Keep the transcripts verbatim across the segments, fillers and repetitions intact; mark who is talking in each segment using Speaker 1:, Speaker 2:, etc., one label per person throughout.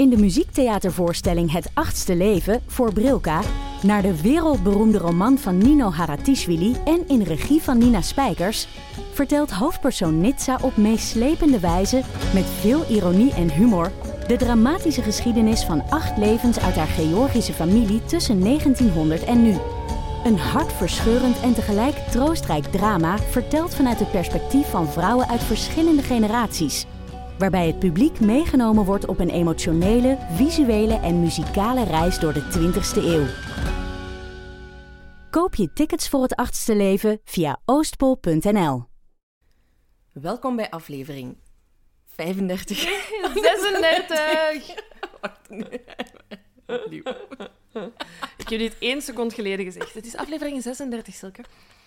Speaker 1: in de muziektheatervoorstelling Het Achtste Leven voor Brilka naar de wereldberoemde roman van Nino Haratischvili en in regie van Nina Spijkers, vertelt hoofdpersoon Nitsa op meeslepende wijze, met veel ironie en humor, de dramatische geschiedenis van acht levens uit haar Georgische familie tussen negentienhonderd en nu. Een hartverscheurend en tegelijk troostrijk drama verteld vanuit het perspectief van vrouwen uit verschillende generaties, waarbij het publiek meegenomen wordt op een emotionele, visuele en muzikale reis door de twintigste eeuw. Koop je tickets voor Het Achtste Leven via oostpol punt n l.
Speaker 2: Welkom bij aflevering vijfendertig.
Speaker 3: zesendertig!
Speaker 2: Wacht, nee. Opnieuw.
Speaker 3: Ik heb dit één seconde geleden gezegd. Het is aflevering zesendertig, Silke.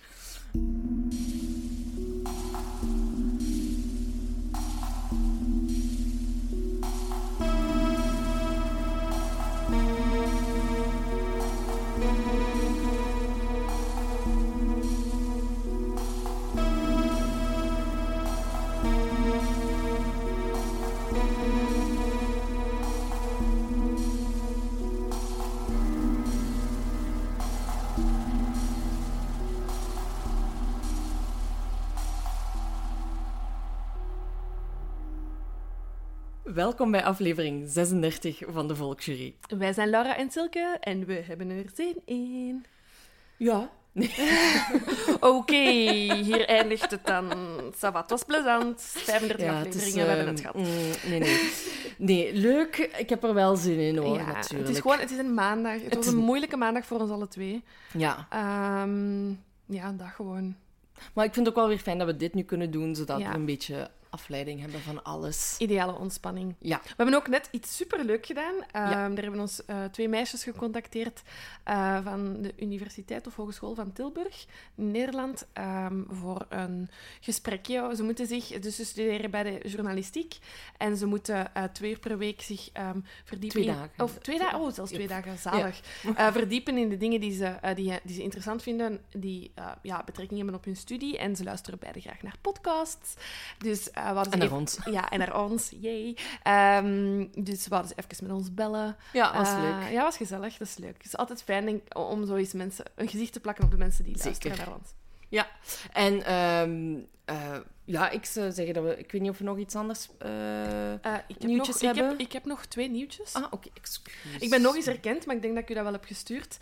Speaker 2: Welkom bij aflevering zesendertig van de Volksjury.
Speaker 3: Wij zijn Laura en Silke en we hebben er zin in.
Speaker 2: Ja. Nee.
Speaker 3: Oké, okay, hier eindigt het dan. Ça va, het was plezant. vijfendertig
Speaker 2: ja,
Speaker 3: afleveringen,
Speaker 2: is,
Speaker 3: we hebben
Speaker 2: uh,
Speaker 3: het gehad.
Speaker 2: Mm, nee, nee. Nee, leuk. Ik heb er wel zin in, hoor,
Speaker 3: ja,
Speaker 2: natuurlijk.
Speaker 3: Het is gewoon, het is een maandag. Het, het was een is... moeilijke maandag voor ons alle twee.
Speaker 2: Ja.
Speaker 3: Um, ja, dat gewoon.
Speaker 2: Maar ik vind het ook wel weer fijn dat we dit nu kunnen doen, zodat
Speaker 3: ja.
Speaker 2: we een beetje afleiding hebben van alles.
Speaker 3: Ideale ontspanning.
Speaker 2: Ja.
Speaker 3: We hebben ook net iets superleuk gedaan. Um,
Speaker 2: ja.
Speaker 3: Er hebben ons uh, twee meisjes gecontacteerd uh, van de Universiteit of Hogeschool van Tilburg in Nederland um, voor een gesprekje. Ze moeten zich, dus ze studeren bij de journalistiek en ze moeten uh, twee uur per week zich um, verdiepen.
Speaker 2: Twee
Speaker 3: in,
Speaker 2: dagen.
Speaker 3: Of twee dagen, oh, zelfs twee
Speaker 2: ja.
Speaker 3: dagen, zalig. Ja. Uh, verdiepen in de dingen die ze, uh, die, die ze interessant vinden, die uh, ja, betrekking hebben op hun studie. En ze luisteren beide graag naar podcasts. Dus Uh,
Speaker 2: en naar
Speaker 3: even,
Speaker 2: ons.
Speaker 3: Ja, en naar ons. Yay. Um, dus we hadden ze even met ons bellen.
Speaker 2: Ja, was
Speaker 3: uh,
Speaker 2: leuk.
Speaker 3: Ja, was gezellig. Dat is leuk. Het is altijd fijn denk, om zo eens mensen, een gezicht te plakken op de mensen die luisteren
Speaker 2: Zeker.
Speaker 3: naar ons.
Speaker 2: Ja. En um, uh, ja, ik zou zeggen dat we... Ik weet niet of we nog iets anders uh,
Speaker 3: uh, ik heb
Speaker 2: nieuwtjes
Speaker 3: nog,
Speaker 2: hebben.
Speaker 3: Ik heb, ik heb nog twee nieuwtjes.
Speaker 2: Ah, oké. Okay. Excuus.
Speaker 3: Ik ben nog eens herkend, maar ik denk dat ik u dat wel heb gestuurd.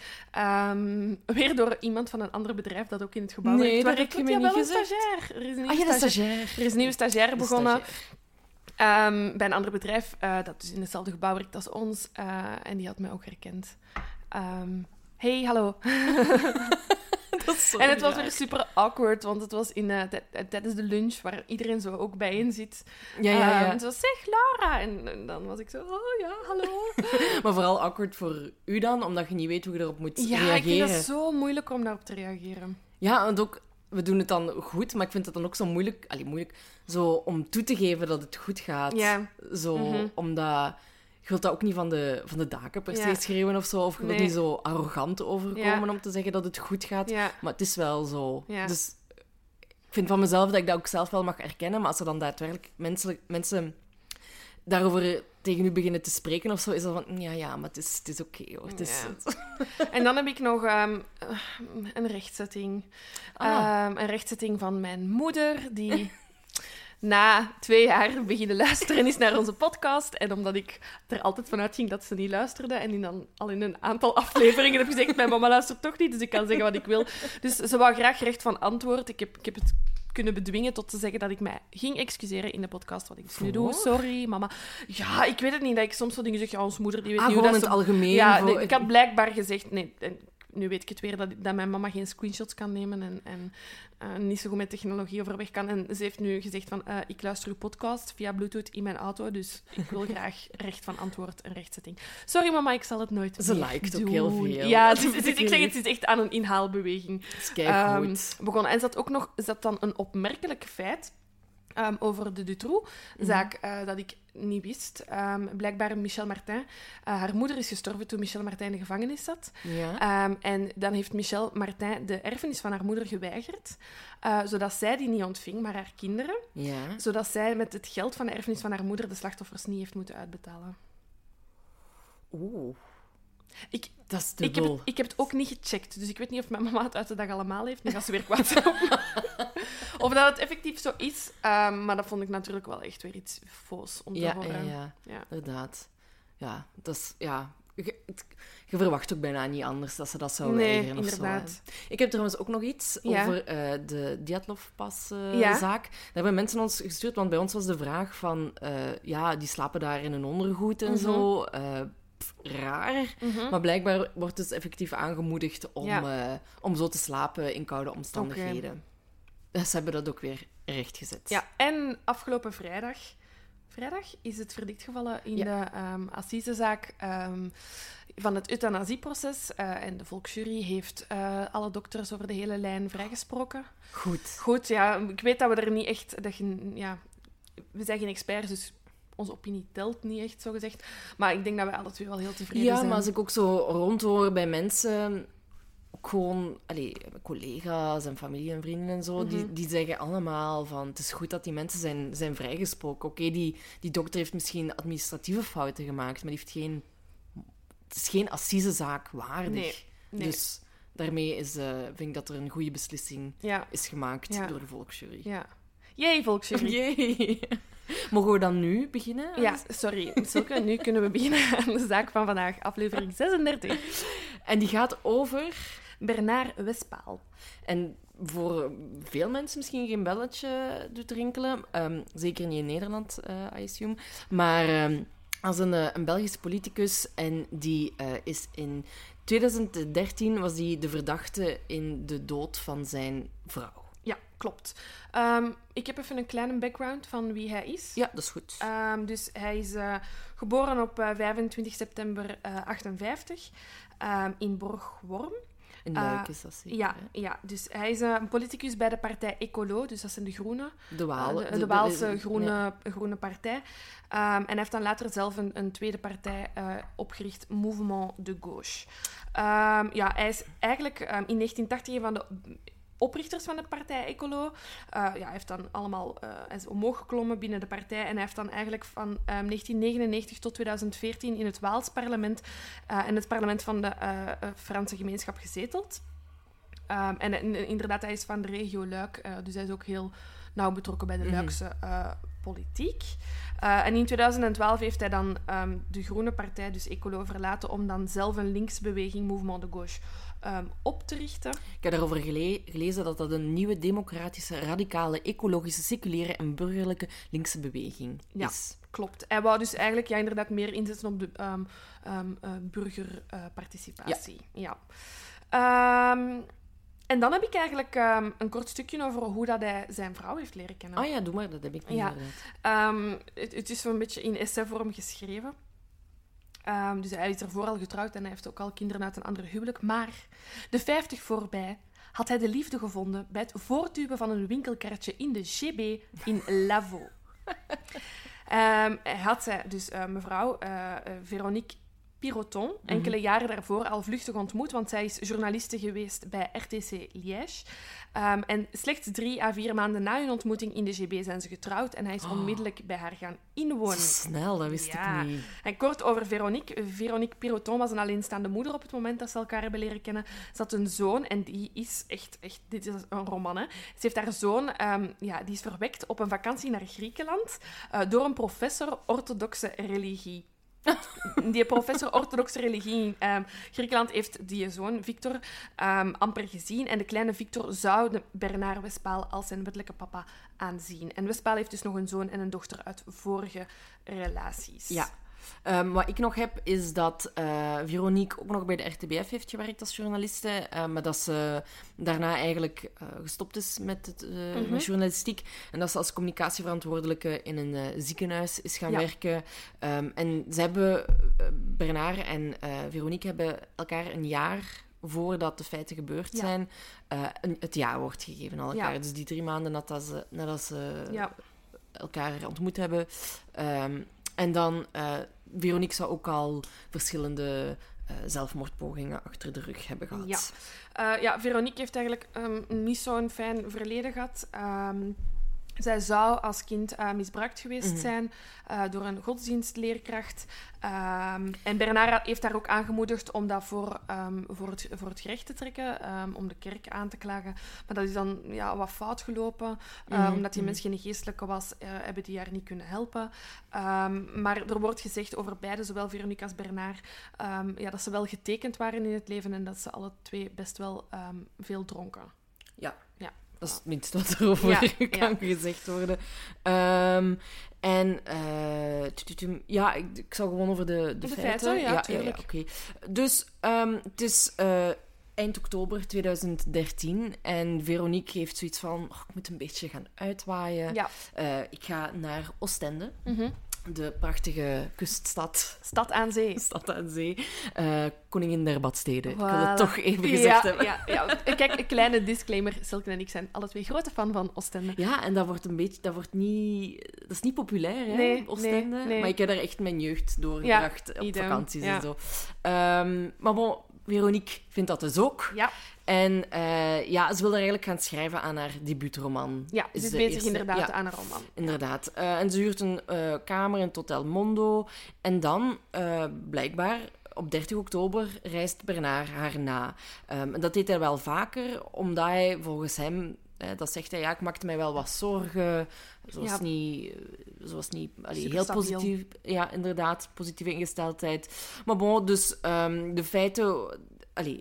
Speaker 3: Um, weer door iemand van een ander bedrijf dat ook in het gebouw
Speaker 2: nee,
Speaker 3: werkt.
Speaker 2: dat
Speaker 3: waar
Speaker 2: heb
Speaker 3: ik
Speaker 2: je me
Speaker 3: ja,
Speaker 2: niet
Speaker 3: wel
Speaker 2: gezegd.
Speaker 3: Een stagiair. Er is een nieuwe
Speaker 2: ah, ja, de
Speaker 3: stagiair.
Speaker 2: stagiair.
Speaker 3: Er is een nieuwe stagiair begonnen.
Speaker 2: Stagiair.
Speaker 3: Um, bij een ander bedrijf uh, dat dus in hetzelfde gebouw werkt als ons. Uh, en die had mij ook herkend. Um, hey, hallo.
Speaker 2: Dat is zo
Speaker 3: en het was
Speaker 2: raar.
Speaker 3: weer super awkward, want het was in, uh, tijdens de lunch, waar iedereen zo ook bijeen zit.
Speaker 2: Ja, ja, ja.
Speaker 3: Um, en zo, zeg Laura. En, en dan was ik zo, oh ja, hallo.
Speaker 2: Maar vooral awkward voor u dan, omdat je niet weet hoe je erop moet
Speaker 3: ja,
Speaker 2: reageren.
Speaker 3: ik vind het zo moeilijk om daarop te reageren.
Speaker 2: Ja, want ook... We doen het dan goed, maar ik vind het dan ook zo moeilijk, allee, moeilijk zo om toe te geven dat het goed gaat.
Speaker 3: Ja.
Speaker 2: Zo,
Speaker 3: Mm-hmm.
Speaker 2: omdat... Je wilt dat ook niet van de, van de daken per se
Speaker 3: ja.
Speaker 2: schreeuwen of zo. Of je wilt
Speaker 3: nee.
Speaker 2: niet zo arrogant overkomen
Speaker 3: ja.
Speaker 2: om te zeggen dat het goed gaat.
Speaker 3: Ja.
Speaker 2: Maar het is wel zo.
Speaker 3: Ja.
Speaker 2: Dus ik vind van mezelf dat ik dat ook zelf wel mag erkennen. Maar als er dan daadwerkelijk mensen, mensen daarover tegen u beginnen te spreken of zo, is dat van, ja, ja, maar het is, het is oké, okay, hoor. Het is,
Speaker 3: ja. En dan heb ik nog um, een rechtzetting.
Speaker 2: Ah.
Speaker 3: Um, een rechtzetting van mijn moeder, die na twee jaar beginnen luisteren is naar onze podcast. En omdat ik er altijd vanuit ging dat ze niet luisterde en die dan al in een aantal afleveringen heb gezegd, mijn mama luistert toch niet, dus ik kan zeggen wat ik wil. Dus ze wou graag recht van antwoord. Ik heb, ik heb het kunnen bedwingen tot te zeggen dat ik mij ging excuseren in de podcast, wat ik dus nu doe. Sorry, mama. Ja, ik weet het niet, dat ik soms zo dingen zeg, ja, onze moeder die weet
Speaker 2: ah,
Speaker 3: niet hoe
Speaker 2: gewoon
Speaker 3: dat
Speaker 2: in het
Speaker 3: ze...
Speaker 2: algemeen.
Speaker 3: Ja,
Speaker 2: voor...
Speaker 3: ik had blijkbaar gezegd... Nee, nu weet ik het weer, dat, dat mijn mama geen screenshots kan nemen en, en uh, niet zo goed met technologie overweg kan. En ze heeft nu gezegd van, uh, ik luister uw podcast via Bluetooth in mijn auto, dus ik wil graag recht van antwoord en rechtzetting. Sorry mama, ik zal het nooit
Speaker 2: Ze
Speaker 3: meer
Speaker 2: lijkt
Speaker 3: doen.
Speaker 2: ook heel veel.
Speaker 3: Ja, het is, het is, ik zeg het, het is echt aan een inhaalbeweging
Speaker 2: Dat is keigoed.
Speaker 3: um, begonnen. En ze had ook nog is dat dan een opmerkelijk feit um, over de Dutroux-zaak mm-hmm. uh, dat ik niet wist. Um, blijkbaar Michel Martin. Uh, haar moeder is gestorven toen Michel Martin in de gevangenis zat.
Speaker 2: Ja.
Speaker 3: Um, en dan heeft Michel Martin de erfenis van haar moeder geweigerd, uh, zodat zij die niet ontving, maar haar kinderen.
Speaker 2: Ja.
Speaker 3: Zodat zij met het geld van de erfenis van haar moeder de slachtoffers niet heeft moeten uitbetalen.
Speaker 2: Oeh.
Speaker 3: Ik,
Speaker 2: Dat is
Speaker 3: ik, heb
Speaker 2: dubbel.
Speaker 3: het, ik heb het ook niet gecheckt, dus ik weet niet of mijn mama het uit de dag allemaal heeft. Nu gaat ze weer kwaad zijn op me. Of dat het effectief zo is. Um, maar dat vond ik natuurlijk wel echt weer iets foos om te
Speaker 2: Ja,
Speaker 3: horen.
Speaker 2: ja, ja,
Speaker 3: Ja.
Speaker 2: inderdaad. Ja, dat is... Ja... Je, het- je verwacht ook bijna niet anders dat ze dat zou
Speaker 3: Nee,
Speaker 2: weigeren of
Speaker 3: inderdaad.
Speaker 2: zo. Hè. Ik heb trouwens ook nog iets
Speaker 3: Ja.
Speaker 2: over uh, de Dyatlov-pas-zaak.
Speaker 3: Ja.
Speaker 2: Daar hebben mensen ons gestuurd, want bij ons was de vraag van... Uh, ja, die slapen daar in een ondergoed en
Speaker 3: Mhm.
Speaker 2: zo. Uh, pff, raar.
Speaker 3: Mhm.
Speaker 2: Maar blijkbaar wordt dus effectief aangemoedigd om,
Speaker 3: Ja.
Speaker 2: uh, om zo te slapen in koude omstandigheden. Okay. Dus ze hebben dat ook weer rechtgezet.
Speaker 3: Ja, en afgelopen vrijdag... Vrijdag is het verdict gevallen in ja. de um, assisezaak um, van het euthanasieproces. Uh, en de volksjury heeft uh, alle dokters over de hele lijn vrijgesproken.
Speaker 2: Goed.
Speaker 3: Goed, ja. Ik weet dat we er niet echt... Dat je, ja, we zijn geen experts, dus onze opinie telt niet echt, zo gezegd. Maar ik denk dat wij alle twee wel heel tevreden
Speaker 2: ja,
Speaker 3: zijn.
Speaker 2: Ja, maar als ik ook zo rondhoor bij mensen... Ook gewoon, allee, collega's en familie en vrienden en zo, mm-hmm. die, die zeggen allemaal van... Het is goed dat die mensen zijn, zijn vrijgesproken. Oké, okay, die, die dokter heeft misschien administratieve fouten gemaakt, maar die heeft geen... Het is geen assisezaak waardig.
Speaker 3: Nee, nee.
Speaker 2: Dus daarmee is, uh, vind ik dat er een goede beslissing
Speaker 3: ja.
Speaker 2: is gemaakt
Speaker 3: ja.
Speaker 2: door de volksjury.
Speaker 3: Ja. Jee, volksjury.
Speaker 2: Jee. Mogen we dan nu beginnen?
Speaker 3: Ja, sorry. Silke, nu kunnen we beginnen aan de zaak van vandaag, aflevering zesendertig.
Speaker 2: En die gaat over...
Speaker 3: Bernard Westpaal.
Speaker 2: En voor veel mensen misschien geen belletje doet rinkelen. Um, zeker niet in Nederland, uh, I assume. Maar um, als een, uh, een Belgische politicus. En die uh, is in twintig dertien was die de verdachte in de dood van zijn vrouw.
Speaker 3: Ja, klopt. Um, ik heb even een kleine background van wie hij is.
Speaker 2: Ja, dat is goed.
Speaker 3: Um, dus hij is uh, geboren op uh, vijfentwintig september uh, achtenvijftig um, in Borgworm.
Speaker 2: In Luik is dat zeker,
Speaker 3: ja, ja, dus hij is uh, een politicus bij de partij Ecolo, dus dat zijn de Groenen.
Speaker 2: De Waal.
Speaker 3: Uh, de, de Waalse de, de, groene, ja. groene partij. Um, en hij heeft dan later zelf een, een tweede partij uh, opgericht, Mouvement de Gauche. Um, ja, hij is eigenlijk um, in negentien tachtig een van de oprichters van de partij Ecolo. Uh, ja, hij heeft dan allemaal uh, hij is omhoog geklommen binnen de partij en hij heeft dan eigenlijk van um, negentien negenennegentig tot twintig veertien in het Waals parlement uh, en het parlement van de uh, uh, Franse gemeenschap gezeteld. Um, en, en inderdaad, hij is van de regio Luik, uh, dus hij is ook heel nauw betrokken bij de mm-hmm. Luikse uh, politiek. Uh, en in twintig twaalf heeft hij dan um, de Groene Partij, dus Ecolo, verlaten om dan zelf een linkse beweging, Mouvement de Gauche, Um, op te richten.
Speaker 2: Ik heb daarover gele- gelezen dat dat een nieuwe democratische, radicale, ecologische, seculiere en burgerlijke linkse beweging
Speaker 3: ja,
Speaker 2: is.
Speaker 3: Klopt. Hij wou dus eigenlijk ja, inderdaad meer inzetten op de um, um, uh, burgerparticipatie. Uh, ja. ja. Um, en dan heb ik eigenlijk um, een kort stukje over hoe dat hij zijn vrouw heeft leren kennen.
Speaker 2: Ah ja, doe maar, dat heb ik niet
Speaker 3: ja. um, het, het is zo'n beetje in essayvorm geschreven. Um, dus hij is ervoor al getrouwd en hij heeft ook al kinderen uit een ander huwelijk. Maar de vijftig voorbij had hij de liefde gevonden bij het voortduwen van een winkelkarretje in de G B in Lavaux. um, hij had dus uh, mevrouw uh, Véronique Piroton enkele mm-hmm. jaren daarvoor al vluchtig ontmoet, want zij is journaliste geweest bij R T C Liège. Um, en slechts drie à vier maanden na hun ontmoeting in de G B zijn ze getrouwd en hij is oh. onmiddellijk bij haar gaan inwonen.
Speaker 2: Snel, dat wist ja. ik niet.
Speaker 3: En kort over Veronique. Veronique Piroton was een alleenstaande moeder op het moment dat ze elkaar hebben leren kennen. Ze had een zoon en die is echt... echt dit is een roman, hè. Ze heeft haar zoon... Um, ja, die is verwekt op een vakantie naar Griekenland uh, door een professor orthodoxe religie. Die professor orthodoxe religie in um, Griekenland heeft die zoon, Victor, um, amper gezien. En de kleine Victor zou de Bernard Westpaal als zijn wettelijke papa aanzien. En Westpaal heeft dus nog een zoon en een dochter uit vorige relaties.
Speaker 2: Ja. Um, wat ik nog heb, is dat uh, Veronique ook nog bij de R T B F heeft gewerkt als journaliste, uh, maar dat ze daarna eigenlijk uh, gestopt is met, het, uh, mm-hmm. met journalistiek en dat ze als communicatieverantwoordelijke in een uh, ziekenhuis is gaan ja. werken. Um, en ze hebben, uh, Bernard en uh, Veronique hebben elkaar een jaar voordat de feiten gebeurd ja. zijn, uh, een, het ja-woord gegeven aan elkaar. Ja. Dus die drie maanden nadat ze, nadat ze ja. elkaar ontmoet hebben... Um, En dan, uh, Veronique zou ook al verschillende uh, zelfmoordpogingen achter de rug hebben gehad.
Speaker 3: Ja, uh, ja Veronique heeft eigenlijk um, niet zo'n fijn verleden gehad. Um, Zij zou als kind uh, misbruikt geweest
Speaker 2: Mm-hmm.
Speaker 3: zijn uh, door een godsdienstleerkracht. Um, en Bernard heeft haar ook aangemoedigd om dat voor, um, voor, het, voor het gerecht te trekken, um, om de kerk aan te klagen. Maar dat is dan ja, wat fout gelopen. Uh,
Speaker 2: Mm-hmm.
Speaker 3: Omdat die mens geen geestelijke was, uh, hebben die haar niet kunnen helpen. Um, maar er wordt gezegd over beide, zowel Veronique als Bernard, um, ja, dat ze wel getekend waren in het leven en dat ze alle twee best wel um, veel dronken.
Speaker 2: Ja.
Speaker 3: Ja.
Speaker 2: Dat is het minste wat erover
Speaker 3: Ja,
Speaker 2: kan
Speaker 3: ja.
Speaker 2: gezegd worden. Um, en uh, tututum, ja, ik, ik zal gewoon over de, de,
Speaker 3: De
Speaker 2: feiten...
Speaker 3: feiten, ja,
Speaker 2: ja,
Speaker 3: tuurlijk.
Speaker 2: ja, oké. Dus um, het is uh, eind oktober tweeduizend dertien en Veronique heeft zoiets van, oh, ik moet een beetje gaan uitwaaien.
Speaker 3: Ja.
Speaker 2: Uh, ik ga naar Oostende.
Speaker 3: Mm-hmm.
Speaker 2: De prachtige kuststad.
Speaker 3: Stad aan zee.
Speaker 2: Stad aan zee. Uh, koningin der badsteden.
Speaker 3: Voilà.
Speaker 2: Ik wil het toch even gezegd
Speaker 3: ja,
Speaker 2: hebben.
Speaker 3: Ja, ja. Kijk, een kleine disclaimer. Silke en ik zijn alle twee grote fan van Oostende.
Speaker 2: Ja, en dat wordt een beetje... Dat wordt niet... Dat is niet populair, hè,
Speaker 3: Nee,
Speaker 2: Oostende.
Speaker 3: nee, nee.
Speaker 2: Maar ik heb daar echt mijn jeugd doorgebracht
Speaker 3: Ja,
Speaker 2: op
Speaker 3: idem.
Speaker 2: vakanties
Speaker 3: Ja.
Speaker 2: en zo. Um, maar bon, Veronique vindt dat dus ook.
Speaker 3: Ja.
Speaker 2: En uh, ja, ze wil er eigenlijk gaan schrijven aan haar debuutroman.
Speaker 3: Ja, ze is
Speaker 2: de
Speaker 3: bezig
Speaker 2: eerste-
Speaker 3: inderdaad
Speaker 2: ja.
Speaker 3: aan een roman.
Speaker 2: Inderdaad. Uh, en ze huurt een uh, kamer in het Hotel Mondo. En dan, uh, blijkbaar, op dertig oktober reist Bernard haar na. Um, en dat deed hij wel vaker, omdat hij volgens hem... Eh, dat zegt hij, ja, ik maakte mij wel wat zorgen. Ze was
Speaker 3: Ja.
Speaker 2: niet, ze was niet allee,
Speaker 3: Super
Speaker 2: heel
Speaker 3: stabiel.
Speaker 2: positief. Ja, inderdaad, positieve ingesteldheid. Maar bon, dus um, de feiten... Allee,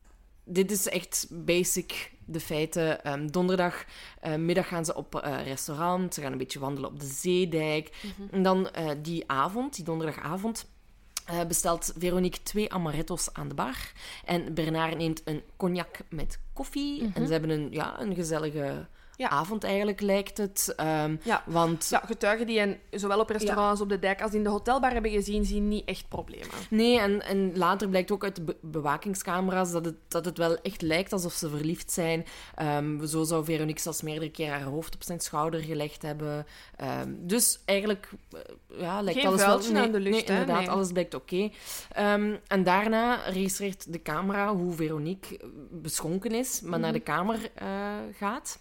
Speaker 2: dit is echt basic, de feiten. Um, donderdag uh, middag gaan ze op uh, restaurant. Ze gaan een beetje wandelen op de zeedijk.
Speaker 3: Mm-hmm.
Speaker 2: En dan uh, die avond, die donderdagavond... Uh, bestelt Veronique twee amarettos aan de bar. En Bernard neemt een cognac met koffie.
Speaker 3: Mm-hmm.
Speaker 2: En ze hebben een, ja, een gezellige
Speaker 3: Ja.
Speaker 2: avond eigenlijk, lijkt het. Um,
Speaker 3: Ja.
Speaker 2: Want...
Speaker 3: Ja, getuigen die hen zowel op restaurants, op de dijk als in de hotelbar hebben gezien, zien niet echt problemen.
Speaker 2: Nee, en, en later blijkt ook uit de be- bewakingscamera's dat het, dat het wel echt lijkt alsof ze verliefd zijn. Um, zo zou Veronique zelfs meerdere keer haar hoofd op zijn schouder gelegd hebben. Um, dus eigenlijk uh, ja, lijkt
Speaker 3: Geen
Speaker 2: alles
Speaker 3: vuiltje
Speaker 2: wel...
Speaker 3: aan de lucht,
Speaker 2: nee,
Speaker 3: hè?
Speaker 2: inderdaad,
Speaker 3: Nee.
Speaker 2: alles blijkt oké. Okay. Um, en daarna registreert de camera hoe Veronique beschonken is, maar
Speaker 3: Mm-hmm.
Speaker 2: naar de kamer uh, gaat.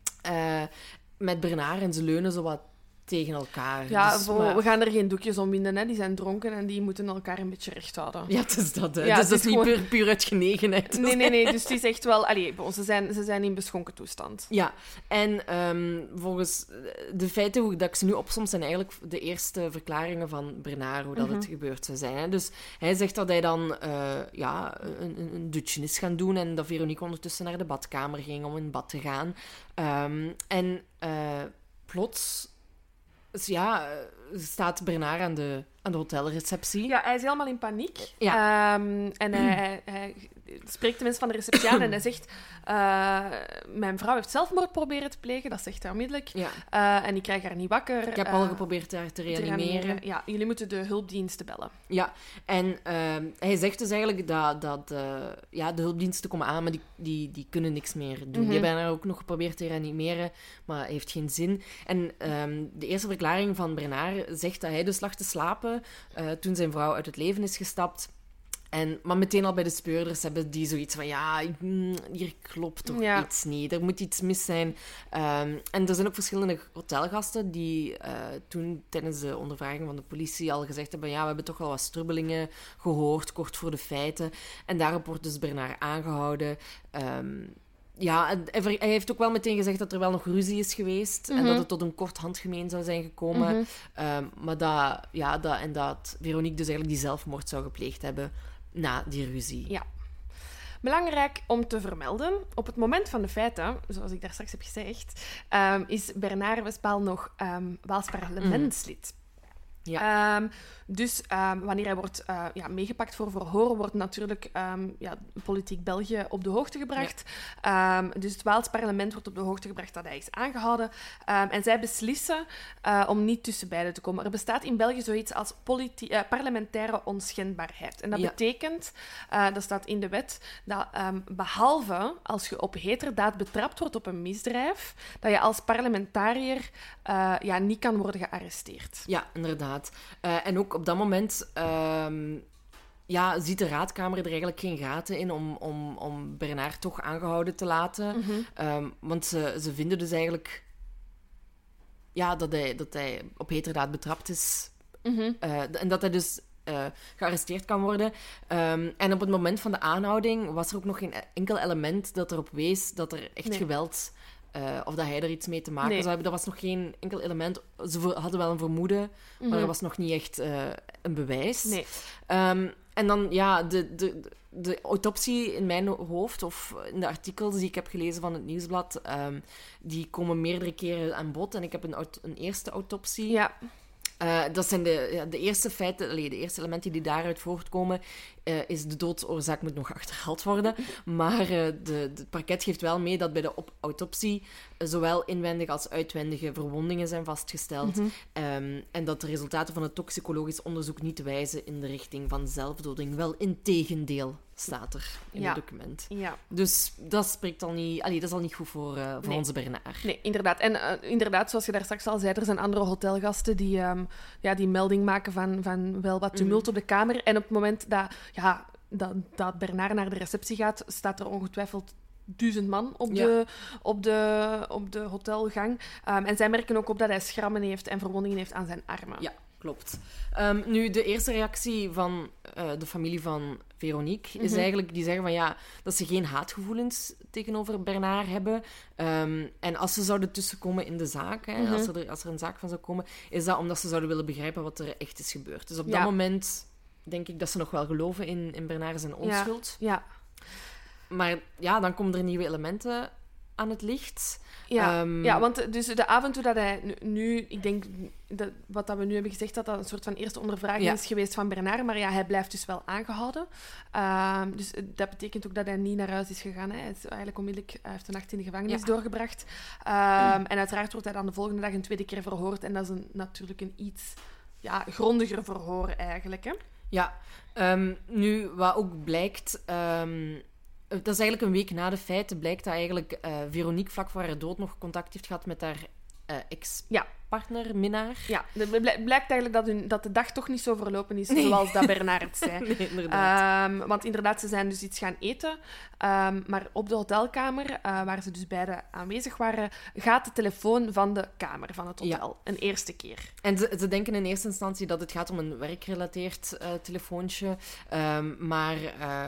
Speaker 2: Uh, met Bernard en ze leunen zo wat tegen elkaar.
Speaker 3: Ja,
Speaker 2: Dus,
Speaker 3: voor-
Speaker 2: maar-
Speaker 3: we gaan er geen doekjes om winden. Hè. Die zijn dronken en die moeten elkaar een beetje recht houden.
Speaker 2: Ja, het is dat. Hè.
Speaker 3: Ja,
Speaker 2: dus
Speaker 3: het
Speaker 2: dat
Speaker 3: is
Speaker 2: is niet
Speaker 3: gewoon-
Speaker 2: puur, puur uit genegenheid.
Speaker 3: Nee, nee, nee. Dus het is echt wel... Allee, bon, ze, zijn, ze zijn in beschonken toestand.
Speaker 2: Ja, en um, volgens de feiten hoe dat ik ze nu opsom, zijn eigenlijk de eerste verklaringen van Bernard, hoe dat
Speaker 3: Mhm.
Speaker 2: het gebeurd zou zijn. Hè. Dus hij zegt dat hij dan uh, ja, een, een, een dutje is gaan doen en dat Veronique ondertussen naar de badkamer ging om in bad te gaan. Um, en uh, plots... Dus ja, uh, staat Bernard aan de, aan de hotelreceptie.
Speaker 3: Ja, hij is helemaal in paniek.
Speaker 2: Ja.
Speaker 3: Um, en hij, hij spreekt de mensen van de receptie aan en hij zegt... Uh, mijn vrouw heeft zelfmoord proberen te plegen. Dat zegt hij onmiddellijk.
Speaker 2: Ja.
Speaker 3: Uh, en ik krijg haar niet wakker.
Speaker 2: Ik heb
Speaker 3: Uh,
Speaker 2: al geprobeerd haar te
Speaker 3: te
Speaker 2: reanimeren.
Speaker 3: reanimeren. Ja, jullie moeten de hulpdiensten bellen.
Speaker 2: Ja, en uh, hij zegt dus eigenlijk dat, dat uh, ja, de hulpdiensten komen aan, maar die, die, die kunnen niks meer doen.
Speaker 3: Mm-hmm.
Speaker 2: Die hebben haar ook nog geprobeerd te reanimeren, maar heeft geen zin. En um, de eerste verklaring van Bernard zegt dat hij dus lag te slapen uh, toen zijn vrouw uit het leven is gestapt. En, maar meteen al bij de speurders hebben die zoiets van... Ja, mm, hier klopt toch
Speaker 3: Ja.
Speaker 2: iets niet. Er moet iets mis zijn. Um, en er zijn ook verschillende hotelgasten die uh, toen tijdens de ondervraging van de politie al gezegd hebben... Ja, we hebben toch wel wat strubbelingen gehoord, kort voor de feiten. En daarop wordt dus Bernard aangehouden. Um, ja, en hij heeft ook wel meteen gezegd dat er wel nog ruzie is geweest.
Speaker 3: Mm-hmm.
Speaker 2: En dat het tot een kort handgemeen zou zijn gekomen.
Speaker 3: Mm-hmm.
Speaker 2: Um, maar dat, ja, dat, en dat Veronique dus eigenlijk die zelfmoord zou gepleegd hebben... na die ruzie.
Speaker 3: Ja. Belangrijk om te vermelden, op het moment van de feiten, zoals ik daar straks heb gezegd, um, is Bernard Westpaal nog um, Waals parlementslid.
Speaker 2: Ja.
Speaker 3: Um, dus um, wanneer hij wordt uh, ja, meegepakt voor verhoor, wordt natuurlijk um, ja, politiek België op de hoogte gebracht. Ja. Um, dus het Waals parlement wordt op de hoogte gebracht dat hij is aangehouden. Um, en zij beslissen uh, om niet tussen beiden te komen. Er bestaat in België zoiets als politi- uh, parlementaire onschendbaarheid. En dat
Speaker 2: Ja.
Speaker 3: betekent, uh, dat staat in de wet, dat um, behalve als je op heterdaad betrapt wordt op een misdrijf, dat je als parlementariër uh, ja, niet kan worden gearresteerd.
Speaker 2: Ja, inderdaad. Uh, en ook op dat moment um, ja, ziet de raadkamer er eigenlijk geen gaten in om, om, om Bernard toch aangehouden te laten.
Speaker 3: Mm-hmm.
Speaker 2: Um, want ze, ze vinden dus eigenlijk... ja, dat, hij, dat hij op heterdaad betrapt is.
Speaker 3: Mm-hmm.
Speaker 2: Uh, en dat hij dus uh, gearresteerd kan worden. Um, en op het moment van de aanhouding was er ook nog geen enkel element dat erop wees dat er echt nee. geweld... Uh, of dat hij er iets mee te maken nee. zou hebben. Dat was nog geen enkel element. Ze hadden wel een vermoeden, mm-hmm. maar er was nog niet echt uh, een bewijs.
Speaker 3: Nee.
Speaker 2: Um, en dan, ja, de, de, de autopsie in mijn hoofd, of in de artikels die ik heb gelezen van het Nieuwsblad, um, die komen meerdere keren aan bod. En ik heb een, een eerste autopsie.
Speaker 3: Ja.
Speaker 2: Uh, dat zijn de, ja, de eerste feiten, allee, de eerste elementen die daaruit voortkomen, uh, is de doodsoorzaak moet nog achterhaald worden. Maar uh, de, de, het parket geeft wel mee dat bij de op- autopsie uh, zowel inwendige als uitwendige verwondingen zijn vastgesteld. Mm-hmm. Um, en dat de resultaten van het toxicologisch onderzoek niet wijzen in de richting van zelfdoding. Wel integendeel, staat er in ja. het document.
Speaker 3: Ja.
Speaker 2: Dus dat spreekt al niet... Allee, dat is al niet goed voor, uh, voor nee. onze Bernard.
Speaker 3: Nee, inderdaad. En uh, inderdaad, zoals je daar straks al zei, er zijn andere hotelgasten die, um, ja, die melding maken van, van wel wat tumult mm. op de kamer. En op het moment dat, ja, dat, dat Bernard naar de receptie gaat, staat er ongetwijfeld duizend man op de, ja. op de, op de hotelgang. Um, en zij merken ook op dat hij schrammen heeft en verwondingen heeft aan zijn armen.
Speaker 2: Ja. Klopt. Um, nu, de eerste reactie van uh, de familie van Veronique mm-hmm. is eigenlijk... Die zeggen van ja, dat ze geen haatgevoelens tegenover Bernard hebben. Um, en als ze zouden tussenkomen in de zaak, hè, mm-hmm. als, er, als er een zaak van zou komen, is dat omdat ze zouden willen begrijpen wat er echt is gebeurd. Dus op ja. dat moment denk ik dat ze nog wel geloven in, in Bernard zijn onschuld.
Speaker 3: Ja. ja.
Speaker 2: Maar ja, dan komen er nieuwe elementen aan het licht.
Speaker 3: Ja,
Speaker 2: um,
Speaker 3: ja, want dus de avond toen dat hij nu, nu ik denk dat wat dat we nu hebben gezegd, dat dat een soort van eerste ondervraging ja. is geweest van Bernard, maar ja, hij blijft dus wel aangehouden. Um, dus dat betekent ook dat hij niet naar huis is gegaan. Hè. Hij is eigenlijk onmiddellijk, hij heeft de nacht in de gevangenis ja. doorgebracht. Um, mm. En uiteraard wordt hij dan de volgende dag een tweede keer verhoord en dat is een, natuurlijk een iets ja, grondiger verhoor eigenlijk. Hè.
Speaker 2: Ja, um, nu wat ook blijkt... Um... Dat is eigenlijk een week na de feiten. Blijkt dat eigenlijk uh, Veronique vlak voor haar dood nog contact heeft gehad met haar uh, ex-partner, ja. minnaar.
Speaker 3: Ja, het blijkt eigenlijk dat, hun, dat de dag toch niet zo verlopen is nee. zoals dat Bernard het zei.
Speaker 2: Nee, inderdaad.
Speaker 3: Um, want inderdaad, ze zijn dus iets gaan eten. Um, maar op de hotelkamer, uh, waar ze dus beide aanwezig waren, gaat de telefoon van de kamer van het hotel. Ja. Een eerste keer.
Speaker 2: En ze, ze denken in eerste instantie dat het gaat om een werkgerelateerd uh, telefoontje. Um, maar uh,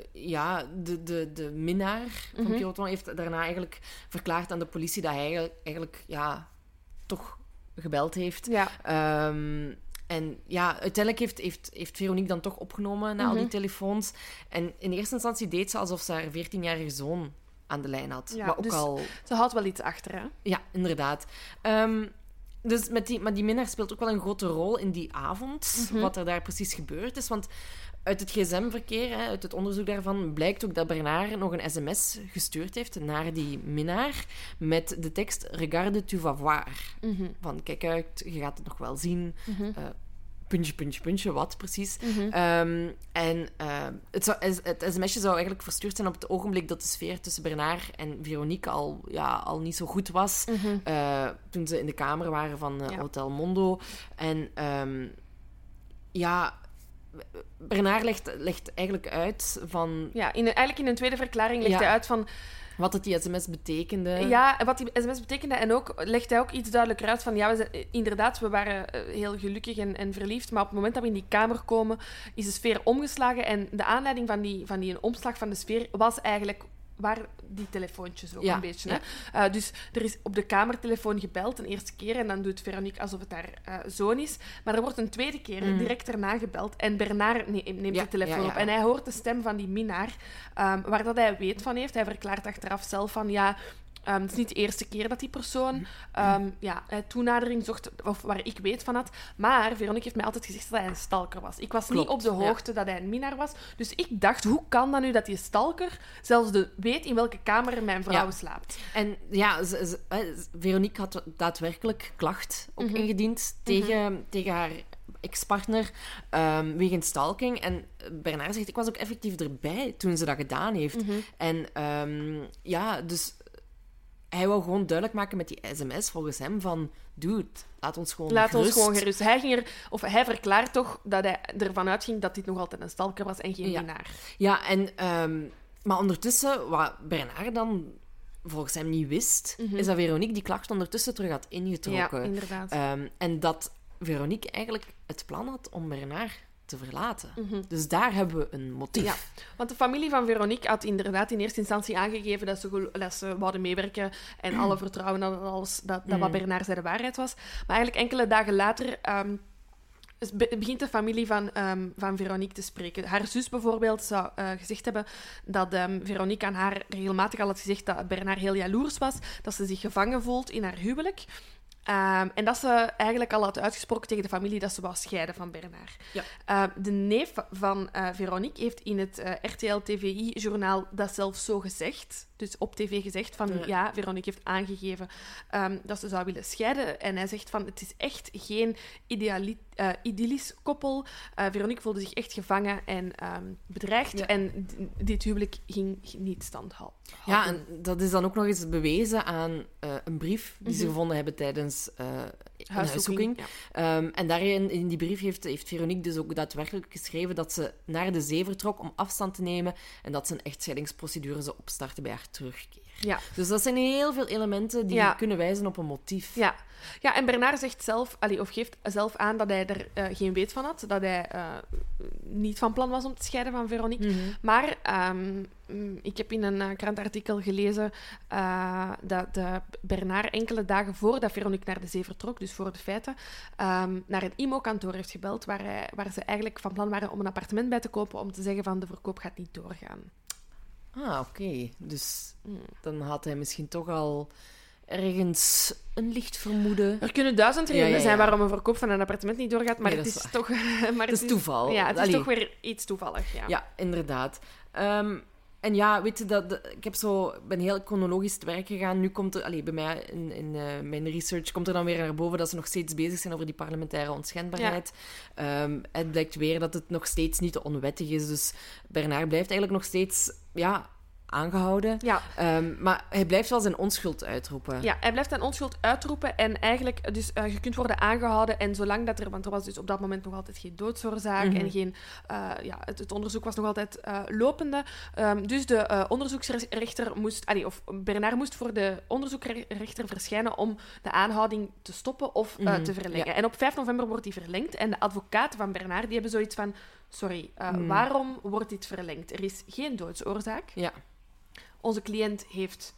Speaker 2: ja, de, de, de minnaar van mm-hmm. Pierre Othon heeft daarna eigenlijk verklaard aan de politie dat hij eigenlijk, eigenlijk ja, toch gebeld heeft.
Speaker 3: Ja.
Speaker 2: Um, En ja, uiteindelijk heeft, heeft, heeft Veronique dan toch opgenomen na mm-hmm. al die telefoons. En in eerste instantie deed ze alsof ze haar veertienjarige zoon aan de lijn had.
Speaker 3: Ja,
Speaker 2: maar ook
Speaker 3: dus
Speaker 2: al...
Speaker 3: ze houdt wel iets achter, hè?
Speaker 2: Ja, inderdaad. Um, dus met die, maar die minnaar speelt ook wel een grote rol in die avond, mm-hmm. wat er daar precies gebeurd is. Want uit het gsm-verkeer, hè, uit het onderzoek daarvan, blijkt ook dat Bernard nog een sms gestuurd heeft naar die minnaar met de tekst Regarde, tu vas voir.
Speaker 3: Mm-hmm.
Speaker 2: Van, kijk uit, je gaat het nog wel zien.
Speaker 3: Mm-hmm.
Speaker 2: Uh, puntje, puntje, puntje, wat precies.
Speaker 3: Mm-hmm.
Speaker 2: Um, en uh, het, zou, het sms'je zou eigenlijk verstuurd zijn op het ogenblik dat de sfeer tussen Bernard en Veronique al, ja, al niet zo goed was.
Speaker 3: Mm-hmm.
Speaker 2: Uh, toen ze in de kamer waren van uh,
Speaker 3: ja.
Speaker 2: Hotel Mondo. En um, ja... Bernard legt, legt eigenlijk uit van...
Speaker 3: Ja, in, eigenlijk in een tweede verklaring legt
Speaker 2: ja.
Speaker 3: hij uit van...
Speaker 2: Wat het die sms betekende.
Speaker 3: Ja, wat die sms betekende. En ook legt hij ook iets duidelijker uit van... Ja, we zijn, inderdaad, we waren heel gelukkig en, en verliefd. Maar op het moment dat we in die kamer komen, is de sfeer omgeslagen. En de aanleiding van die, van die omslag van de sfeer was eigenlijk... waar die telefoontjes ook
Speaker 2: ja,
Speaker 3: een beetje.
Speaker 2: Ja.
Speaker 3: Hè? Uh, dus er is op de kamertelefoon gebeld, een eerste keer, en dan doet Veronique alsof het haar uh, zoon is. Maar er wordt een tweede keer mm. direct daarna gebeld en Bernard ne- neemt ja, de telefoon ja, ja. op. En hij hoort de stem van die minnaar, um, waar dat hij weet van heeft. Hij verklaart achteraf zelf van, ja... Um, het is niet de eerste keer dat die persoon um, ja, toenadering zocht, of waar ik weet van had. Maar Veronique heeft mij altijd gezegd dat hij een stalker was. Ik was
Speaker 2: Klopt,
Speaker 3: niet op de hoogte ja. dat hij een minnaar was. Dus ik dacht, hoe kan dat nu dat die stalker zelfs de, weet in welke kamer mijn vrouw ja. slaapt?
Speaker 2: En ja, z- z- Veronique had daadwerkelijk klacht ook mm-hmm. ingediend tegen, mm-hmm. tegen haar ex-partner um, wegens stalking. En Bernard zegt, ik was ook effectief erbij toen ze dat gedaan heeft.
Speaker 3: Mm-hmm.
Speaker 2: En um, ja, dus... Hij wou gewoon duidelijk maken met die sms, volgens hem, van... Dude, laat ons gewoon
Speaker 3: laat
Speaker 2: gerust.
Speaker 3: ons gewoon gerust. Hij, ging er, of hij verklaart toch dat hij ervan uitging dat dit nog altijd een stalker was en geen
Speaker 2: ja.
Speaker 3: minnaar.
Speaker 2: Ja, en... Um, maar ondertussen, wat Bernard dan volgens hem niet wist,
Speaker 3: Mm-hmm.
Speaker 2: is dat Veronique die klacht ondertussen terug had ingetrokken.
Speaker 3: Ja, inderdaad.
Speaker 2: Um, en dat Veronique eigenlijk het plan had om Bernard te verlaten.
Speaker 3: Mm-hmm.
Speaker 2: Dus daar hebben we een motief.
Speaker 3: Ja, want de familie van Veronique had inderdaad in eerste instantie aangegeven dat ze, gelo- dat ze wouden meewerken en alle vertrouwen hadden alles, dat, dat wat Bernard zei de waarheid was. Maar eigenlijk enkele dagen later um, be- begint de familie van, um, van Veronique te spreken. Haar zus bijvoorbeeld zou uh, gezegd hebben dat um, Veronique aan haar regelmatig al had gezegd dat Bernard heel jaloers was, dat ze zich gevangen voelt in haar huwelijk. Um, en dat ze eigenlijk al had uitgesproken tegen de familie dat ze wou scheiden van Bernard.
Speaker 2: Ja.
Speaker 3: Uh, de neef van uh, Veronique heeft in het uh, R T L-T V I-journaal dat zelfs zo gezegd. Dus op tv gezegd van, ja, ja Veronique heeft aangegeven um, dat ze zou willen scheiden. En hij zegt van, het is echt geen ideali- uh, idyllisch koppel. Uh, Veronique voelde zich echt gevangen en um, bedreigd.
Speaker 2: Ja.
Speaker 3: En d- dit huwelijk ging niet stand houden.
Speaker 2: Ja, en dat is dan ook nog eens bewezen aan uh, een brief die ze
Speaker 3: Mhm.
Speaker 2: gevonden hebben tijdens uh, een
Speaker 3: Huiszoeking,
Speaker 2: huiszoeking. Um, en daarin, in die brief heeft, heeft Veronique dus ook daadwerkelijk geschreven dat ze naar de zee vertrok om afstand te nemen en dat ze een echtscheidingsprocedure zou opstarten bij haar terugkeer.
Speaker 3: Ja.
Speaker 2: Dus dat zijn heel veel elementen die
Speaker 3: Ja.
Speaker 2: kunnen wijzen op een motief.
Speaker 3: Ja. Ja, en Bernard zegt zelf, allee, of geeft zelf aan dat hij er uh, geen weet van had. Dat hij uh, niet van plan was om te scheiden van Veronique.
Speaker 2: Mm-hmm.
Speaker 3: Maar um, ik heb in een uh, krantartikel gelezen uh, dat uh, Bernard enkele dagen voordat Veronique naar de zee vertrok, dus voor de feiten, um, naar een I M O-kantoor heeft gebeld waar, hij, waar ze eigenlijk van plan waren om een appartement bij te kopen om te zeggen van de verkoop gaat niet doorgaan.
Speaker 2: Ah, oké. Okay. Dus
Speaker 3: Mm.
Speaker 2: dan had hij misschien toch al ergens een licht vermoeden.
Speaker 3: Er kunnen duizend redenen
Speaker 2: Ja, ja, ja.
Speaker 3: zijn waarom een verkoop van een appartement niet doorgaat, maar
Speaker 2: Nee,
Speaker 3: het
Speaker 2: dat
Speaker 3: is,
Speaker 2: is
Speaker 3: toch... maar
Speaker 2: Dat is toeval.
Speaker 3: Ja, het is
Speaker 2: Allee.
Speaker 3: toch weer iets toevallig, ja.
Speaker 2: Ja, inderdaad. Um, en ja, weet je, dat, de, ik heb zo, ben heel chronologisch te werk gegaan. Nu komt er, allee, bij mij in, in uh, mijn research komt er dan weer naar boven dat ze nog steeds bezig zijn over die parlementaire onschendbaarheid. Ja. Um, het blijkt weer dat het nog steeds niet te onwettig is. Dus Bernard blijft eigenlijk nog steeds... Ja, aangehouden.
Speaker 3: Ja.
Speaker 2: Um, maar hij blijft wel zijn onschuld uitroepen.
Speaker 3: Ja, hij blijft zijn onschuld uitroepen en eigenlijk, dus uh, je kunt worden aangehouden en zolang dat er, want er was dus op dat moment nog altijd geen doodsoorzaak
Speaker 2: Mm-hmm.
Speaker 3: en geen, uh, ja, het, het onderzoek was nog altijd uh, lopende. Um, dus de uh, onderzoeksrechter moest, allee, of Bernard moest voor de onderzoeksrechter verschijnen om de aanhouding te stoppen of uh,
Speaker 2: Mm-hmm.
Speaker 3: te verlengen.
Speaker 2: Ja.
Speaker 3: En op vijf november wordt die verlengd en de advocaten van Bernard, die hebben zoiets van, sorry, uh,
Speaker 2: Mm.
Speaker 3: waarom wordt dit verlengd? Er is geen doodsoorzaak.
Speaker 2: Ja.
Speaker 3: Onze cliënt heeft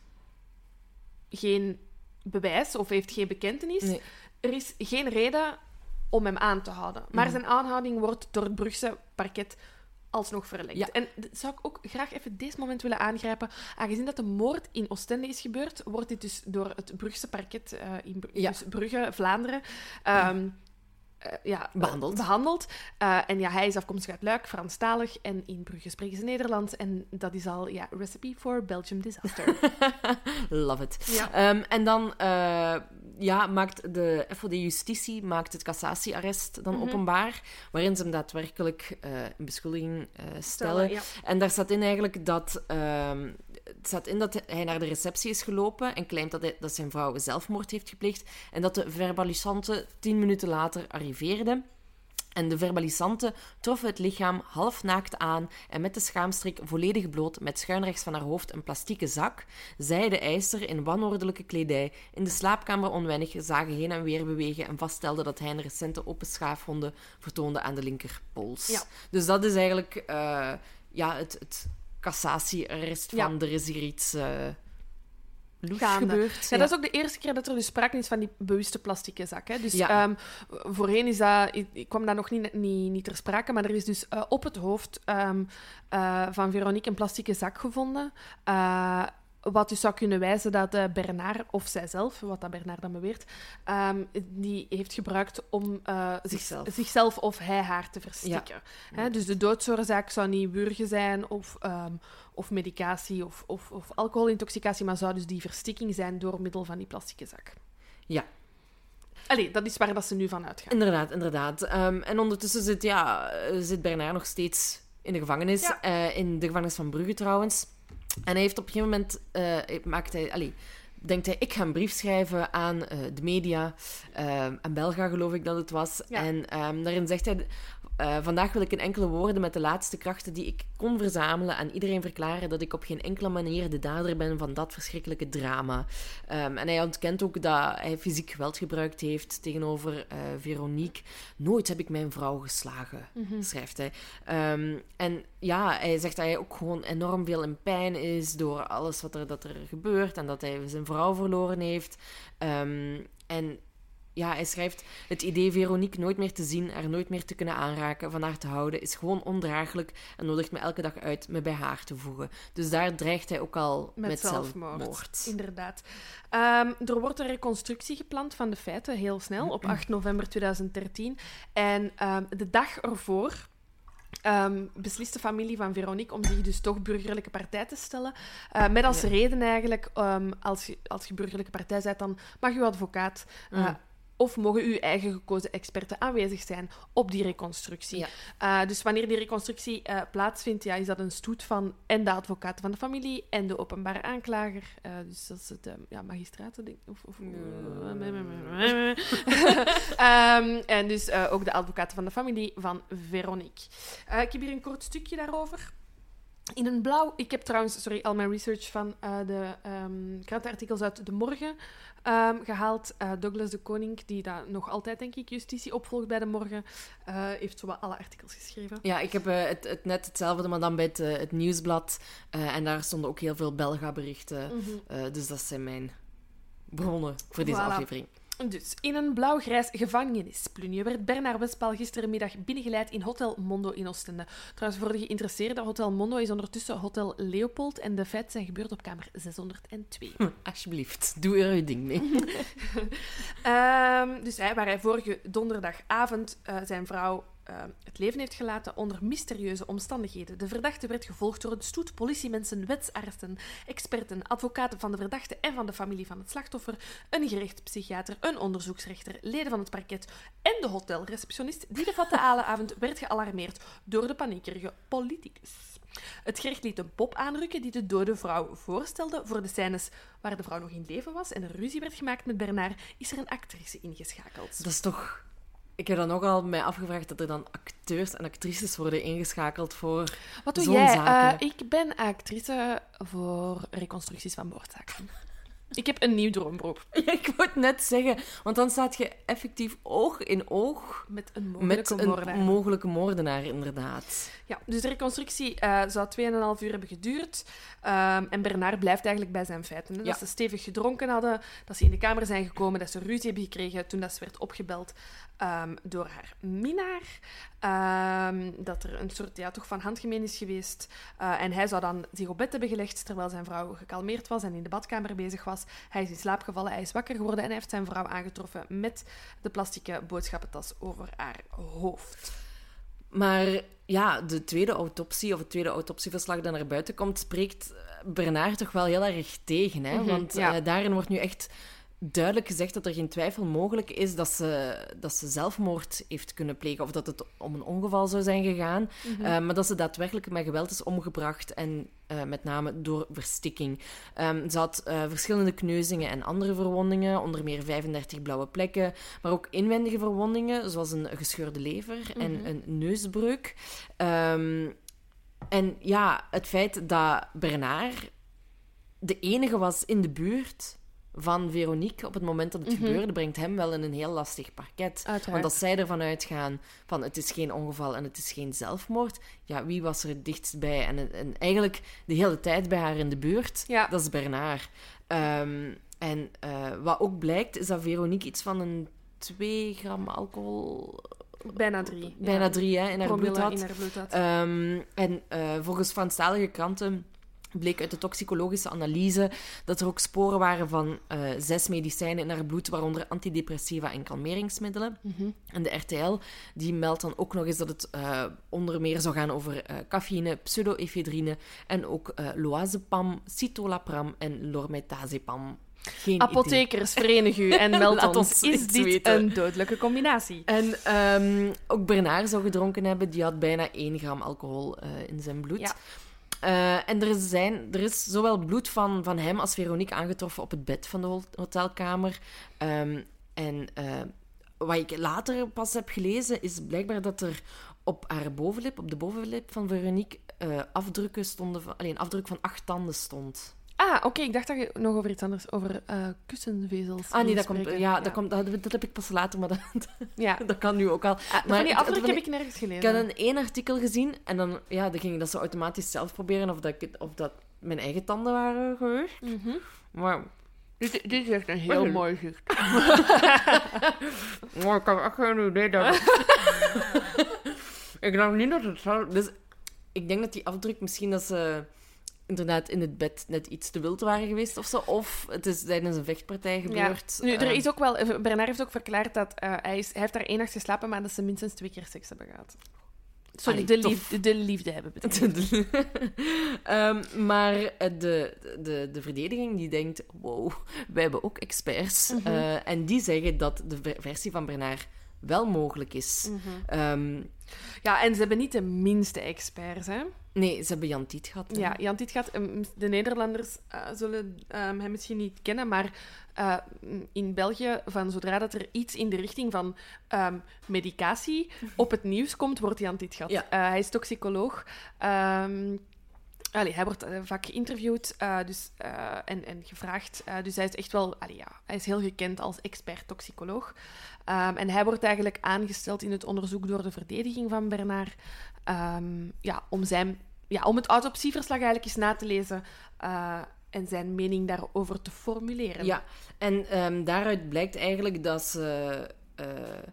Speaker 3: geen bewijs of heeft geen bekentenis.
Speaker 2: Nee.
Speaker 3: Er is geen reden om hem aan te houden. Maar
Speaker 2: Mhm.
Speaker 3: zijn aanhouding wordt door het Brugse parket alsnog verlengd.
Speaker 2: Ja.
Speaker 3: En dat zou ik ook graag even deze moment willen aangrijpen. Aangezien dat de moord in Oostende is gebeurd, wordt dit dus door het Brugse parket uh, in Br-
Speaker 2: Ja.
Speaker 3: dus Brugge, Vlaanderen... Um, Uh, ja,
Speaker 2: Behandeld.
Speaker 3: Uh, behandeld. Uh, en ja, hij is afkomstig uit Luik, Franstalig. En in Brugge spreken ze Nederlands. En dat is al, ja, recipe for Belgium disaster.
Speaker 2: Love it.
Speaker 3: Ja.
Speaker 2: Um, en dan uh, ja, maakt de F O D Justitie maakt het cassatiearrest dan
Speaker 3: Mhm.
Speaker 2: openbaar, waarin ze hem daadwerkelijk uh, in beschuldiging uh, stellen.
Speaker 3: Stellen, ja.
Speaker 2: En daar staat in eigenlijk dat... Um, het staat in dat hij naar de receptie is gelopen en claimt dat, hij, dat zijn vrouw zelfmoord heeft gepleegd en dat de verbalisante tien minuten later arriveerde. En de verbalisanten troffen het lichaam half naakt aan en met de schaamstrik volledig bloot met schuinrechts van haar hoofd een plastieke zak. Zij, de eister, in wanordelijke kledij, in de slaapkamer onwennig, zagen heen en weer bewegen en vaststelden dat hij een recente open schaafwonde vertoonde aan de linkerpols.
Speaker 3: Ja.
Speaker 2: Dus dat is eigenlijk uh, ja, het, het cassatiearrest van
Speaker 3: Ja.
Speaker 2: er is hier iets... Uh, Loes
Speaker 3: Gaande.
Speaker 2: gebeurd.
Speaker 3: Ja, dat is ook de eerste keer dat er dus sprake is van die bewuste plastieke zak. Hè. Dus
Speaker 2: Ja.
Speaker 3: um, voorheen is dat, ik, ik kwam dat nog niet, niet, niet ter sprake, maar er is dus uh, op het hoofd um, uh, van Veronique een plastieke zak gevonden. Uh, wat dus zou kunnen wijzen dat uh, Bernard, of zijzelf, wat dat Bernard dan beweert, um, die heeft gebruikt om uh,
Speaker 2: Zichzelf.
Speaker 3: Zich, zichzelf of hij haar te verstikken.
Speaker 2: Ja.
Speaker 3: Hè, dus de doodsoorzaak zou niet wurgen zijn of, um, of medicatie of, of, of alcoholintoxicatie, maar zou dus die verstikking zijn door middel van die plastieke zak.
Speaker 2: Ja.
Speaker 3: Allee, dat is waar dat ze nu van uitgaan.
Speaker 2: Inderdaad, inderdaad. Um, en ondertussen zit, ja, zit Bernard nog steeds in de gevangenis.
Speaker 3: Ja.
Speaker 2: Uh, in de gevangenis van Brugge trouwens. En hij heeft op een gegeven moment... Uh, maakt hij, allee, denkt hij, ik ga een brief schrijven aan uh, de media. Uh, aan Belga, geloof ik dat het was.
Speaker 3: Ja.
Speaker 2: En um, daarin zegt hij... Uh, vandaag wil ik in enkele woorden met de laatste krachten die ik kon verzamelen aan iedereen verklaren dat ik op geen enkele manier de dader ben van dat verschrikkelijke drama. Um, en hij ontkent ook dat hij fysiek geweld gebruikt heeft tegenover uh, Veronique. Nooit heb ik mijn vrouw geslagen, mm-hmm. schrijft hij. Um, en ja, hij zegt dat hij ook gewoon enorm veel in pijn is door alles wat er, dat er gebeurt en dat hij zijn vrouw verloren heeft. Um, en ja, hij schrijft: het idee Veronique nooit meer te zien, haar nooit meer te kunnen aanraken, van haar te houden, is gewoon ondraaglijk en nodigt me elke dag uit me bij haar te voegen. Dus daar dreigt hij ook al met, met zelfmoord. zelfmoord.
Speaker 3: Inderdaad. Um, er wordt een reconstructie gepland van de feiten, heel snel, op acht november tweeduizend dertien. En um, de dag ervoor Um, beslist de familie van Veronique om zich dus toch burgerlijke partij te stellen. Uh, met als ja. reden eigenlijk, um, als, je, als je burgerlijke partij bent, dan mag uw advocaat uh, mm. of mogen uw eigen gekozen experten aanwezig zijn op die reconstructie. Ja. Uh, dus wanneer die reconstructie uh, plaatsvindt, ja, is dat een stoet van en de advocaten van de familie en de openbare aanklager. Uh, dus dat is het uh, ja, magistraten, denk ik. Of, of, uh, um, en dus uh, ook de advocaten van de familie van Veronique. Uh, ik heb hier een kort stukje daarover. In een blauw... Ik heb trouwens sorry, al mijn research van uh, de um, krantenartikels uit De Morgen um, gehaald. Uh, Douglas de Koning, die dat nog altijd, denk ik, justitie opvolgt bij De Morgen, uh, heeft zowat alle artikels geschreven.
Speaker 2: Ja, ik heb uh, het, het net hetzelfde, maar dan bij het, uh, het Nieuwsblad. Uh, en daar stonden ook heel veel Belga-berichten. Mm-hmm. Uh, dus dat zijn mijn bronnen voor deze voilà. aflevering.
Speaker 3: Dus, in een blauw-grijs gevangenisplunje werd Bernard Westphal gisterenmiddag binnengeleid in Hotel Mondo in Oostende. Trouwens, voor de geïnteresseerden, Hotel Mondo is ondertussen Hotel Leopold en de feiten zijn gebeurd op kamer zeshonderdtwee.
Speaker 2: Hm, alsjeblieft, doe er uw ding mee.
Speaker 3: um, dus hij, waar hij vorige donderdagavond uh, zijn vrouw Uh, het leven heeft gelaten onder mysterieuze omstandigheden. De verdachte werd gevolgd door een stoet politiemensen, wetsartsen, experten, advocaten van de verdachte en van de familie van het slachtoffer, een gerechtspsychiater, een onderzoeksrechter, leden van het parket en de hotelreceptionist die de fatale avond werd gealarmeerd door de paniekerige politicus. Het gerecht liet een pop aanrukken die de dode vrouw voorstelde. Voor de scènes waar de vrouw nog in leven was en er ruzie werd gemaakt met Bernard, is er een actrice ingeschakeld.
Speaker 2: Dat is toch... Ik heb dan ook al mij afgevraagd dat er dan acteurs en actrices worden ingeschakeld voor
Speaker 3: Wat doe
Speaker 2: zo'n
Speaker 3: jij?
Speaker 2: zaken.
Speaker 3: Uh, ik ben actrice voor reconstructies van moordzaken. Ik heb een nieuw droomberoep.
Speaker 2: Ja, ik wou het net zeggen, want dan staat je effectief oog in oog
Speaker 3: met een mogelijke
Speaker 2: met
Speaker 3: moordenaar.
Speaker 2: Een mogelijke moordenaar, inderdaad.
Speaker 3: Ja, dus de reconstructie uh, zou tweeënhalf uur hebben geduurd. Um, en Bernard blijft eigenlijk bij zijn feiten. Hè? Dat ja. ze stevig gedronken hadden, dat ze in de kamer zijn gekomen, dat ze ruzie hebben gekregen toen dat ze werd opgebeld um, door haar minnaar. Um, dat er een soort ja, toch van handgemeen is geweest. Uh, en hij zou dan zich op bed hebben gelegd terwijl zijn vrouw gekalmeerd was en in de badkamer bezig was. Hij is in slaap gevallen, hij is wakker geworden en hij heeft zijn vrouw aangetroffen met de plastieke boodschappentas over haar hoofd.
Speaker 2: Maar ja, de tweede autopsie, of het tweede autopsieverslag dat naar buiten komt, spreekt Bernard toch wel heel erg tegen. Hè? Mm-hmm, Want ja. uh, daarin wordt nu echt duidelijk gezegd dat er geen twijfel mogelijk is dat ze, dat ze zelfmoord heeft kunnen plegen. Of dat het om een ongeval zou zijn gegaan. Mm-hmm. Uh, maar dat ze daadwerkelijk met geweld is omgebracht. En uh, met name door verstikking. Um, ze had uh, verschillende kneuzingen en andere verwondingen. Onder meer vijfendertig blauwe plekken. Maar ook inwendige verwondingen, zoals een gescheurde lever mm-hmm. en een neusbreuk. Um, en ja, het feit dat Bernard de enige was in de buurt van Veronique op het moment dat het mm-hmm. gebeurde, brengt hem wel in een heel lastig parket.
Speaker 3: Uiteraard.
Speaker 2: Want als zij ervan uitgaan van het is geen ongeval en het is geen zelfmoord, ja, wie was er het dichtst bij? En, en eigenlijk de hele tijd bij haar in de buurt,
Speaker 3: ja.
Speaker 2: dat is Bernard. Um, en uh, wat ook blijkt, is dat Veronique iets van een twee gram alcohol...
Speaker 3: Bijna drie.
Speaker 2: Bijna
Speaker 3: ja.
Speaker 2: drie, hè, in haar bloed had.
Speaker 3: In haar bloed had.
Speaker 2: Um, en uh, volgens Franstalige kranten bleek uit de toxicologische analyse dat er ook sporen waren van uh, zes medicijnen in haar bloed, waaronder antidepressiva en kalmeringsmiddelen. Mm-hmm. En de R T L die meldt dan ook nog eens dat het uh, onder meer zou gaan over uh, cafeïne, pseudoefedrine en ook uh, loazepam, citalopram en lormetazepam. Geen
Speaker 3: Apothekers, idee. Verenig u en meld ons.
Speaker 2: ons.
Speaker 3: Is dit weten. Een dodelijke combinatie?
Speaker 2: En um, ook Bernard zou gedronken hebben. Die had bijna één gram alcohol uh, in zijn bloed.
Speaker 3: Ja.
Speaker 2: Uh, en er, zijn, er is zowel bloed van, van hem als Veronique aangetroffen op het bed van de hotelkamer. Um, en uh, wat ik later pas heb gelezen, is blijkbaar dat er op haar bovenlip, op de bovenlip van Veronique, uh, afdrukken stonden van... Alleen, afdruk van acht tanden stond.
Speaker 3: Ah, oké. Okay. Ik dacht dat je nog over iets anders... Over uh, kussenvezels
Speaker 2: Ah, nee, dat komt... Ja,
Speaker 3: ja.
Speaker 2: Dat, komt, dat, dat heb ik pas later, maar dat,
Speaker 3: ja.
Speaker 2: dat kan nu ook al.
Speaker 3: Ah,
Speaker 2: maar
Speaker 3: van die afdruk heb
Speaker 2: ik,
Speaker 3: ik nergens gelezen.
Speaker 2: Ik had een één artikel gezien en dan, ja, dan ging ik dat zo automatisch zelf proberen of dat, ik, of dat mijn eigen tanden waren geweest.
Speaker 3: Mm-hmm.
Speaker 2: Maar...
Speaker 3: Dit, dit is echt een heel
Speaker 2: Oei.
Speaker 3: mooi zicht.
Speaker 2: Maar ik heb echt geen idee dat... ik dacht niet dat het zo... Dus ik denk dat die afdruk misschien dat ze inderdaad in het bed net iets te wild waren geweest of zo. Of het is tijdens een vechtpartij gebeurd.
Speaker 3: Ja. Nu, er
Speaker 2: uh,
Speaker 3: is ook wel... Bernard heeft ook verklaard dat uh, hij, is, hij heeft daar één nacht geslapen, maar dat ze minstens twee keer seks hebben gehad. Sorry,
Speaker 2: Allee,
Speaker 3: de,
Speaker 2: tof.
Speaker 3: liefde, de liefde hebben betekend.
Speaker 2: um, maar de, de, de verdediging die denkt, wow, wij hebben ook experts.
Speaker 3: Mm-hmm.
Speaker 2: Uh, en die zeggen dat de versie van Bernard wel mogelijk is.
Speaker 3: Mm-hmm.
Speaker 2: Um,
Speaker 3: ja, en ze hebben niet de minste experts, hè?
Speaker 2: Nee, ze hebben Jan Tiet gehad. Hè?
Speaker 3: Ja, Jan Tiet gaat... Um, de Nederlanders uh, zullen um, hem misschien niet kennen, maar uh, in België, van zodra dat er iets in de richting van um, medicatie op het nieuws komt, wordt Jan Tiet gehad.
Speaker 2: Ja.
Speaker 3: Uh, hij is toxicoloog. Um, Allee, hij wordt uh, vaak geïnterviewd uh, dus, uh, en, en gevraagd. Uh, dus hij is echt wel... Allee, ja, hij is heel gekend als expert-toxicoloog. Um, en hij wordt eigenlijk aangesteld in het onderzoek door de verdediging van Bernard. Um, ja, om, zijn, ja, om het autopsieverslag eigenlijk eens na te lezen uh, en zijn mening daarover te formuleren.
Speaker 2: Ja, en um, daaruit blijkt eigenlijk dat ze... Uh,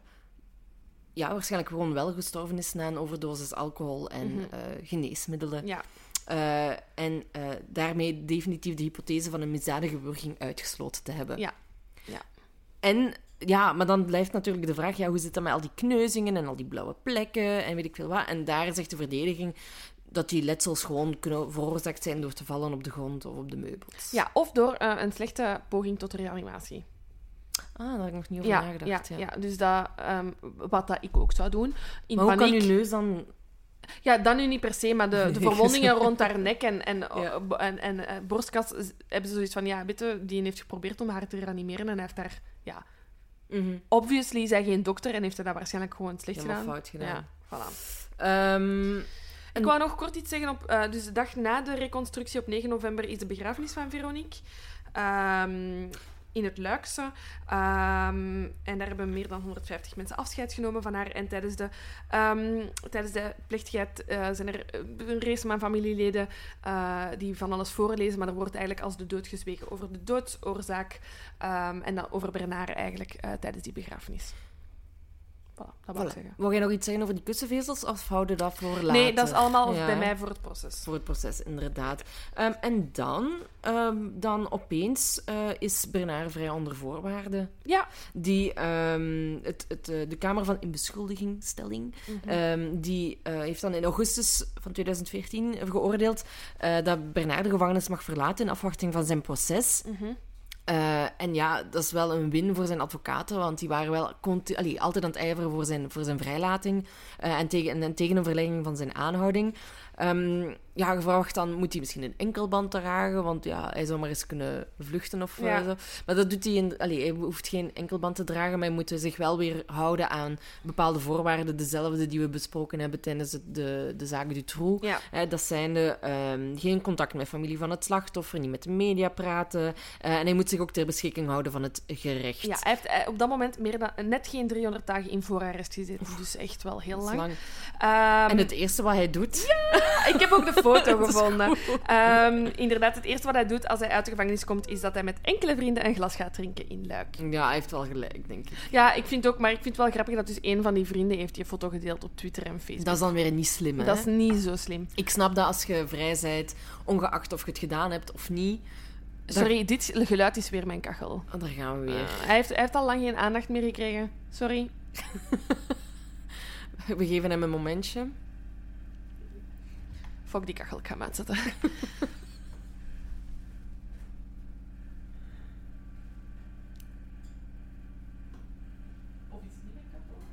Speaker 2: ja, waarschijnlijk gewoon wel gestorven is na een overdosis alcohol en mm-hmm. uh, geneesmiddelen.
Speaker 3: Ja.
Speaker 2: Uh, en uh, daarmee definitief de hypothese van een misdadige wurging uitgesloten te hebben.
Speaker 3: Ja. Ja.
Speaker 2: En, ja, maar dan blijft natuurlijk de vraag, ja, hoe zit dat met al die kneuzingen en al die blauwe plekken en weet ik veel wat. En daar zegt de verdediging dat die letsels gewoon kunnen veroorzaakt zijn door te vallen op de grond of op de meubels.
Speaker 3: Ja, of door uh, een slechte poging tot reanimatie.
Speaker 2: Ah, daar heb ik nog niet over
Speaker 3: ja,
Speaker 2: nagedacht.
Speaker 3: Ja,
Speaker 2: ja.
Speaker 3: ja, dus dat, um, wat dat ik ook zou doen. In
Speaker 2: maar hoe
Speaker 3: paniek...
Speaker 2: kan je neus dan...
Speaker 3: Ja, dat nu niet per se, maar de, de verwondingen rond haar nek en, en,
Speaker 2: ja.
Speaker 3: en, en, en borstkas hebben ze zoiets van, ja, weet je, die heeft geprobeerd om haar te reanimeren en hij heeft daar, ja...
Speaker 2: Mm-hmm.
Speaker 3: Obviously is hij geen dokter en heeft hij dat waarschijnlijk gewoon slecht
Speaker 2: Helemaal
Speaker 3: gedaan.
Speaker 2: fout gedaan.
Speaker 3: Ja, voilà.
Speaker 2: Um,
Speaker 3: Ik wou nog kort iets zeggen. Op, uh, dus de dag na de reconstructie op negen november is de begrafenis van Veronique. Um, in het Luikse. Um, en daar hebben meer dan honderdvijftig mensen afscheid genomen van haar. En tijdens de, um, tijdens de plechtigheid uh, zijn er een race van familieleden uh, die van alles voorlezen. Maar er wordt eigenlijk als de dood gezwegen over de doodsoorzaak. Um, en dan over Bernard eigenlijk uh, tijdens die begrafenis. Voilà, dat wou ik
Speaker 2: voilà.
Speaker 3: zeggen.
Speaker 2: Wil jij nog iets zeggen over die kussenvezels of houden dat voor later?
Speaker 3: Nee, dat is allemaal
Speaker 2: ja.
Speaker 3: bij mij voor het proces.
Speaker 2: Voor het proces, inderdaad. Um, en dan, um, dan opeens uh, is Bernard vrij onder voorwaarden.
Speaker 3: Ja.
Speaker 2: Die, um, het, het, uh, de Kamer van Inbeschuldigingstelling, mm-hmm. um, die uh, heeft dan in augustus van tweeduizend veertien geoordeeld uh, dat Bernard de gevangenis mag verlaten in afwachting van zijn proces.
Speaker 3: Mm-hmm.
Speaker 2: Uh, en ja, dat is wel een win voor zijn advocaten, want die waren wel continu, allee, altijd aan het ijveren voor zijn, voor zijn vrijlating uh, en, tegen, en tegen een verlenging van zijn aanhouding. Um, ja, gevraagd dan, moet hij misschien een enkelband dragen, want ja, hij zou maar eens kunnen vluchten of
Speaker 3: ja.
Speaker 2: uh, zo. Maar dat doet hij, in, allee, hij hoeft geen enkelband te dragen, maar hij moet zich wel weer houden aan bepaalde voorwaarden, dezelfde die we besproken hebben tijdens het, de, de zaak Dutroux.
Speaker 3: Ja.
Speaker 2: Uh, dat zijn de, um, geen contact met familie van het slachtoffer, niet met de media praten, uh, en hij moet zich ook ter beschikking houden van het gerecht.
Speaker 3: Ja, hij heeft uh, op dat moment meer dan, net geen driehonderd dagen in voorarrest gezeten, dus echt wel heel lang.
Speaker 2: lang.
Speaker 3: Um,
Speaker 2: en het eerste wat hij doet...
Speaker 3: Ja, ik heb ook de foto gevonden. Um, inderdaad, het eerste wat hij doet als hij uit de gevangenis komt, is dat hij met enkele vrienden een glas gaat drinken in Luik.
Speaker 2: Ja, hij heeft wel gelijk, denk ik.
Speaker 3: Ja, ik vind ook, maar ik vind het wel grappig dat dus een van die vrienden heeft die foto gedeeld op Twitter en Facebook.
Speaker 2: Dat is dan weer niet slim, hè?
Speaker 3: Dat is niet zo slim.
Speaker 2: Ik snap dat als je vrij bent, ongeacht of je het gedaan hebt of niet...
Speaker 3: Sorry, dat... dit geluid is weer mijn kachel.
Speaker 2: Oh, daar gaan we weer.
Speaker 3: Uh, hij, heeft, hij heeft al lang geen aandacht meer gekregen. Sorry.
Speaker 2: We geven hem een momentje.
Speaker 3: Fuck die kachel, ik ga hem uitzetten. Of is het niet mijn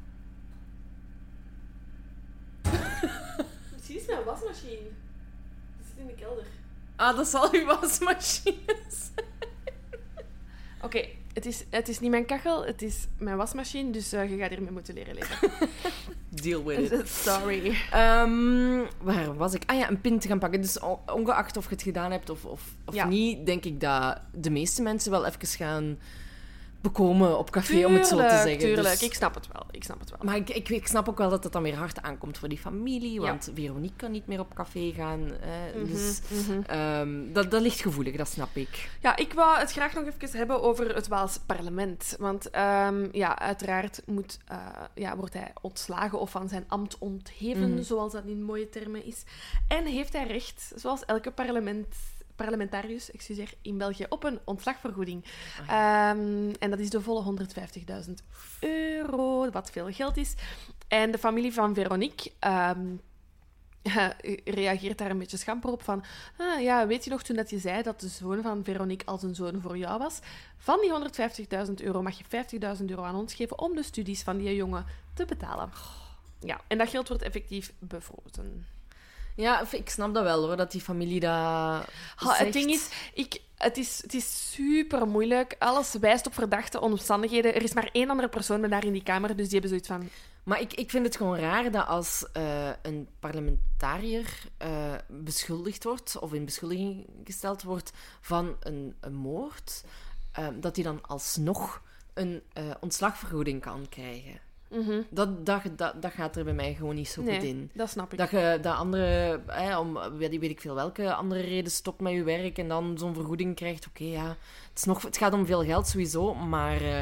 Speaker 3: kachel? Misschien is het mijn wasmachine. Die zit in de kelder.
Speaker 2: Ah, dat zal uw wasmachine zijn.
Speaker 3: Oké, okay, het, is, het is niet mijn kachel, het is mijn wasmachine, dus uh, je gaat hiermee moeten leren leven.
Speaker 2: deal with it.
Speaker 3: Sorry.
Speaker 2: Um, waar was ik? Ah ja, een pint te gaan pakken. Dus ongeacht of je het gedaan hebt of, of, of ja. niet, denk ik dat de meeste mensen wel even gaan bekomen op café, tuurlijk, om het zo te zeggen.
Speaker 3: Tuurlijk,
Speaker 2: dus...
Speaker 3: ik snap het wel. Ik snap het wel.
Speaker 2: Maar ik, ik, ik snap ook wel dat het dan weer hard aankomt voor die familie, want ja. Veronique kan niet meer op café gaan. Eh, mm-hmm, dus mm-hmm. Um, dat, dat ligt gevoelig, dat snap ik.
Speaker 3: Ja, ik wou het graag nog even hebben over het Waals parlement. Want um, ja, uiteraard moet, uh, ja, wordt hij ontslagen of van zijn ambt ontheven, mm. zoals dat in mooie termen is. En heeft hij recht, zoals elke parlement... parlementarius, excuseer, in België op een ontslagvergoeding. Oh ja. um, en dat is de volle honderdvijftigduizend euro, wat veel geld is. En de familie van Veronique um, uh, reageert daar een beetje schamper op van ah, ja, weet je nog toen dat je zei dat de zoon van Veronique als een zoon voor jou was? Van die honderdvijftigduizend euro mag je vijftigduizend euro aan ons geven om de studies van die jongen te betalen. Ja, en dat geld wordt effectief bevrozen.
Speaker 2: Ja, ik snap dat wel, hoor, dat die familie dat ha,
Speaker 3: Het ding is, ik, het is, het is super moeilijk. Alles wijst op verdachte omstandigheden. Er is maar één andere persoon met daar in die kamer, dus die hebben zoiets van...
Speaker 2: Maar ik, ik vind het gewoon raar dat als uh, een parlementariër uh, beschuldigd wordt, of in beschuldiging gesteld wordt van een, een moord, uh, dat hij dan alsnog een uh, ontslagvergoeding kan krijgen. Mm-hmm. Dat, dat, dat, dat gaat er bij mij gewoon niet zo
Speaker 3: nee,
Speaker 2: goed in.
Speaker 3: Dat snap ik.
Speaker 2: Dat je dat andere, eh, om weet, weet ik veel welke andere reden stopt met je werk en dan zo'n vergoeding krijgt. Oké, okay, ja, het, is nog, het gaat om veel geld sowieso, maar uh,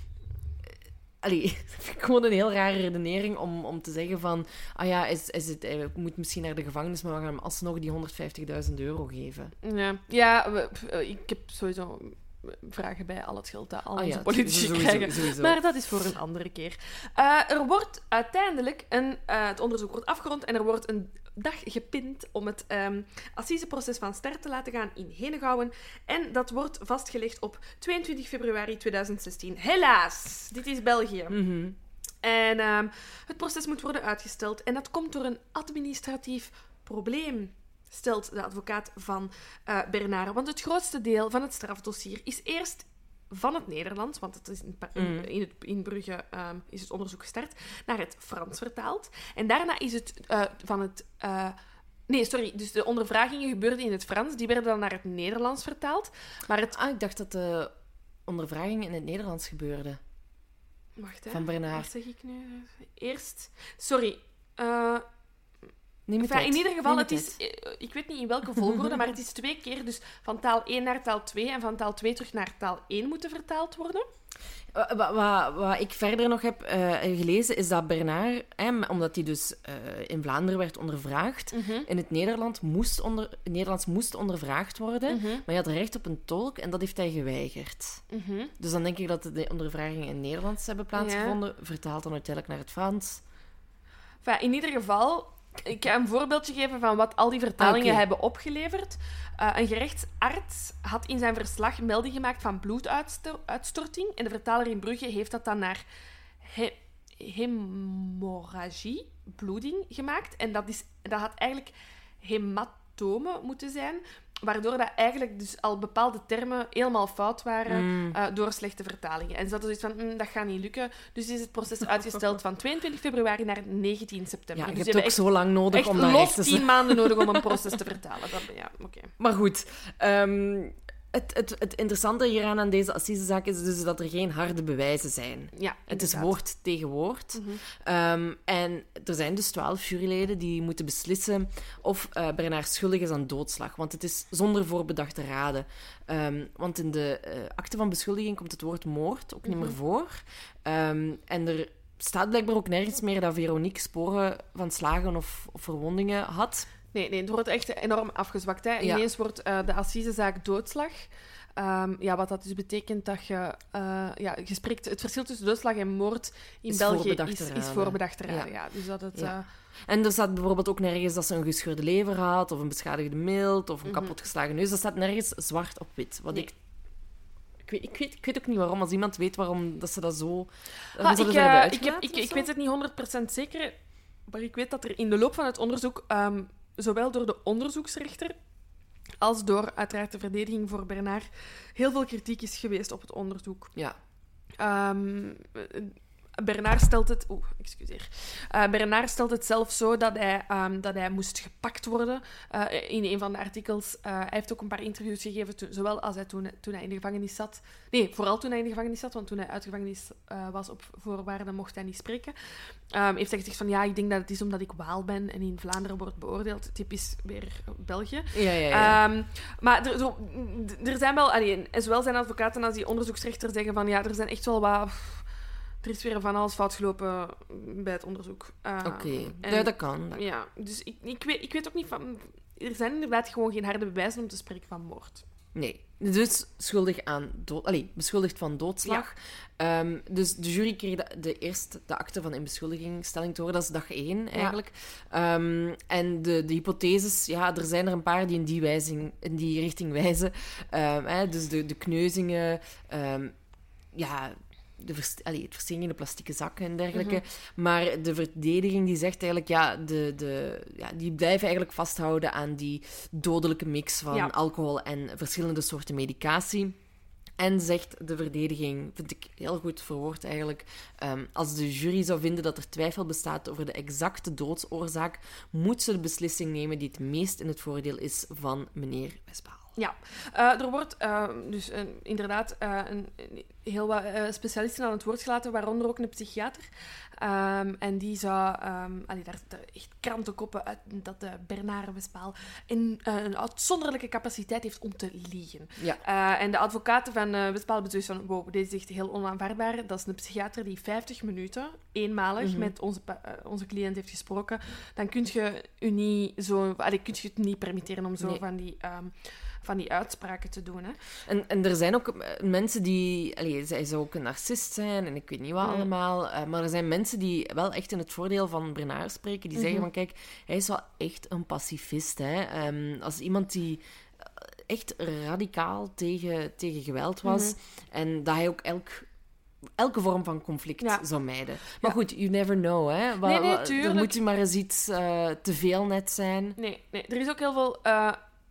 Speaker 2: allee, dat vind ik gewoon een heel rare redenering om, om te zeggen van, ah ja, is, is het, hij moet misschien naar de gevangenis, maar we gaan hem alsnog die honderdvijftigduizend euro geven.
Speaker 3: Ja, ja we, ik heb sowieso... vragen bij al het geld dat al onze oh ja, politici
Speaker 2: sowieso,
Speaker 3: krijgen.
Speaker 2: Sowieso.
Speaker 3: Maar dat is voor een andere keer. Uh, er wordt uiteindelijk... Een, uh, het onderzoek wordt afgerond en er wordt een dag gepind om het um, assiseproces van start te laten gaan in Henegouwen. En dat wordt vastgelegd op tweeëntwintig februari tweeduizend zestien. Helaas! Dit is België.
Speaker 2: Mm-hmm.
Speaker 3: En um, het proces moet worden uitgesteld. En dat komt door een administratief probleem, stelt de advocaat van uh, Bernard. Want het grootste deel van het strafdossier is eerst van het Nederlands, want het is in, in, in, het, in Brugge um, is het onderzoek gestart, naar het Frans vertaald. En daarna is het uh, van het... Uh, nee, sorry. Dus de ondervragingen gebeurden in het Frans. Die werden dan naar het Nederlands vertaald. Maar het...
Speaker 2: Ah, ik dacht dat de ondervragingen in het Nederlands gebeurden.
Speaker 3: Wacht, hè.
Speaker 2: Van Bernard.
Speaker 3: Wat zeg ik nu? Eerst... Sorry. Uh...
Speaker 2: Enfin,
Speaker 3: in ieder geval, het is, ik weet niet in welke volgorde, maar het is twee keer dus van taal één naar taal twee en van taal twee terug naar taal één moeten vertaald worden.
Speaker 2: Wat, wat, wat ik verder nog heb uh, gelezen, is dat Bernard, eh, omdat hij dus uh, in Vlaanderen werd ondervraagd, mm-hmm. in het Nederland moest onder, het Nederlands moest ondervraagd worden, mm-hmm. maar hij had recht op een tolk en dat heeft hij geweigerd. Mm-hmm. Dus dan denk ik dat de ondervragingen in het Nederlands hebben plaatsgevonden, ja. Vertaald dan uiteindelijk naar het Frans.
Speaker 3: Enfin, in ieder geval... Ik ga een voorbeeldje geven van wat al die vertalingen ah, okay. hebben opgeleverd. Uh, een gerechtsarts had in zijn verslag melding gemaakt van bloeduitstorting. En de vertaler in Brugge heeft dat dan naar he- hemorragie, bloeding, gemaakt. En dat, is, dat had eigenlijk hematomen moeten zijn. Waardoor dat eigenlijk dus al bepaalde termen helemaal fout waren mm. uh, door slechte vertalingen. En ze hadden zoiets van, mm, dat gaat niet lukken. Dus is het proces uitgesteld van tweeëntwintig februari naar negentien september.
Speaker 2: Ja, je
Speaker 3: dus
Speaker 2: hebt ook zo lang nodig
Speaker 3: echt
Speaker 2: om naar
Speaker 3: los
Speaker 2: recht te
Speaker 3: tien maanden nodig om een proces te vertalen. Dat, ja, okay.
Speaker 2: Maar goed, um, het, het, het interessante hieraan aan deze assisezaak is dus dat er geen harde bewijzen zijn.
Speaker 3: Ja,
Speaker 2: het is woord tegen woord. Mm-hmm. Um, en er zijn dus twaalf juryleden die moeten beslissen of uh, Bernard schuldig is aan doodslag. Want het is zonder voorbedachte raden. Um, want in de uh, akte van beschuldiging komt het woord moord ook mm-hmm. niet meer voor. Um, en er staat blijkbaar ook nergens meer dat Veronique sporen van slagen of, of verwondingen had.
Speaker 3: Nee, nee, het wordt echt enorm afgezwakt. Hè. Ineens ja. wordt uh, de assisezaak doodslag. Um, ja, wat dat dus betekent dat je... Uh, ja, je spreekt, het verschil tussen doodslag en moord in
Speaker 2: is
Speaker 3: België
Speaker 2: voorbedachte
Speaker 3: is,
Speaker 2: raden.
Speaker 3: is voorbedachte raden. Ja. Ja, dus dat het,
Speaker 2: ja.
Speaker 3: uh...
Speaker 2: En er staat bijvoorbeeld ook nergens dat ze een gescheurde lever had, of een beschadigde milt, of een mm-hmm. kapotgeslagen neus. Dat staat nergens zwart op wit. Wat nee. ik... Ik weet, ik, weet, ik weet ook niet waarom. Als iemand weet waarom dat ze dat zo...
Speaker 3: Ha, ik, uh, ik, heb, ik, ik weet het niet honderd procent zeker, maar ik weet dat er in de loop van het onderzoek... Um, zowel door de onderzoeksrechter als door uiteraard de verdediging voor Bernard heel veel kritiek is geweest op het onderzoek.
Speaker 2: Ja.
Speaker 3: Um, Bernard stelt het... Oeh, excuseer. Uh, Bernard stelt het zelf zo dat hij, um, dat hij moest gepakt worden uh, in een van de artikels. Uh, hij heeft ook een paar interviews gegeven, to- zowel als hij toen, toen hij in de gevangenis zat. Nee, vooral toen hij in de gevangenis zat, want toen hij uit de gevangenis uh, was op voorwaarden mocht hij niet spreken. Um, heeft hij gezegd van, ja, ik denk dat het is omdat ik Waal ben en in Vlaanderen wordt beoordeeld. Typisch weer België.
Speaker 2: Ja, ja, ja.
Speaker 3: Um, maar er, zo, er zijn wel... Allee, zowel zijn advocaten als die onderzoeksrechter zeggen van, ja, er zijn echt wel wat... Er is weer van alles fout gelopen bij het onderzoek. Uh,
Speaker 2: Oké, okay. ja, dat kan. Dat
Speaker 3: ja, dus ik, ik, weet, ik weet ook niet van... Er zijn inderdaad gewoon geen harde bewijzen om te spreken van moord.
Speaker 2: Nee, dus schuldig aan dood... Allee, beschuldigd van doodslag. Ja. Um, dus de jury kreeg de, de eerst de akte van inbeschuldigingstelling te horen. Dat is dag één, eigenlijk. Ja. Um, en de, de hypotheses, ja, er zijn er een paar die in die, wijzing, in die richting wijzen. Um, hè, dus de, de kneuzingen... Um, ja... De vers- allee, het verstingen in de plastieke zakken en dergelijke. Mm-hmm. Maar de verdediging die zegt eigenlijk... Ja, de, de, ja, die blijven eigenlijk vasthouden aan die dodelijke mix van ja. alcohol en verschillende soorten medicatie. En zegt de verdediging, vind ik heel goed verwoord eigenlijk... Um, als de jury zou vinden dat er twijfel bestaat over de exacte doodsoorzaak... moet ze de beslissing nemen die het meest in het voordeel is van meneer Westpaal.
Speaker 3: Ja, uh, er wordt uh, dus uh, inderdaad uh, een, heel wat uh, specialisten aan het woord gelaten, waaronder ook een psychiater. Um, en die zou... Um, allee, daar zitten echt krantenkoppen uit dat de Bernard Westpaal een, uh, een uitzonderlijke capaciteit heeft om te liegen.
Speaker 2: Ja.
Speaker 3: Uh, en de advocaten van uh, Westpaal hebben zoiets van... Wow, dit is echt heel onaanvaardbaar. Dat is een psychiater die vijftig minuten, eenmalig, mm-hmm. met onze, uh, onze cliënt heeft gesproken. Dan kun je u niet zo... Allee, kun je het niet permitteren om zo nee. van die... Um, van die uitspraken te doen. Hè.
Speaker 2: En, en er zijn ook mensen die... Allee, zij zou ook een narcist zijn en ik weet niet wat mm. allemaal. Uh, maar er zijn mensen die wel echt in het voordeel van Bernard spreken. Die mm-hmm. zeggen van, kijk, hij is wel echt een pacifist. Hè. Um, als iemand die echt radicaal tegen, tegen geweld was. Mm-hmm. En dat hij ook elk... elke vorm van conflict ja. zou mijden. Maar ja. goed, you never know, hè. Wel,
Speaker 3: nee, nee, tuurlijk.
Speaker 2: Er moet je maar eens iets uh, te veel net zijn.
Speaker 3: Nee, nee, er is ook heel veel... Uh...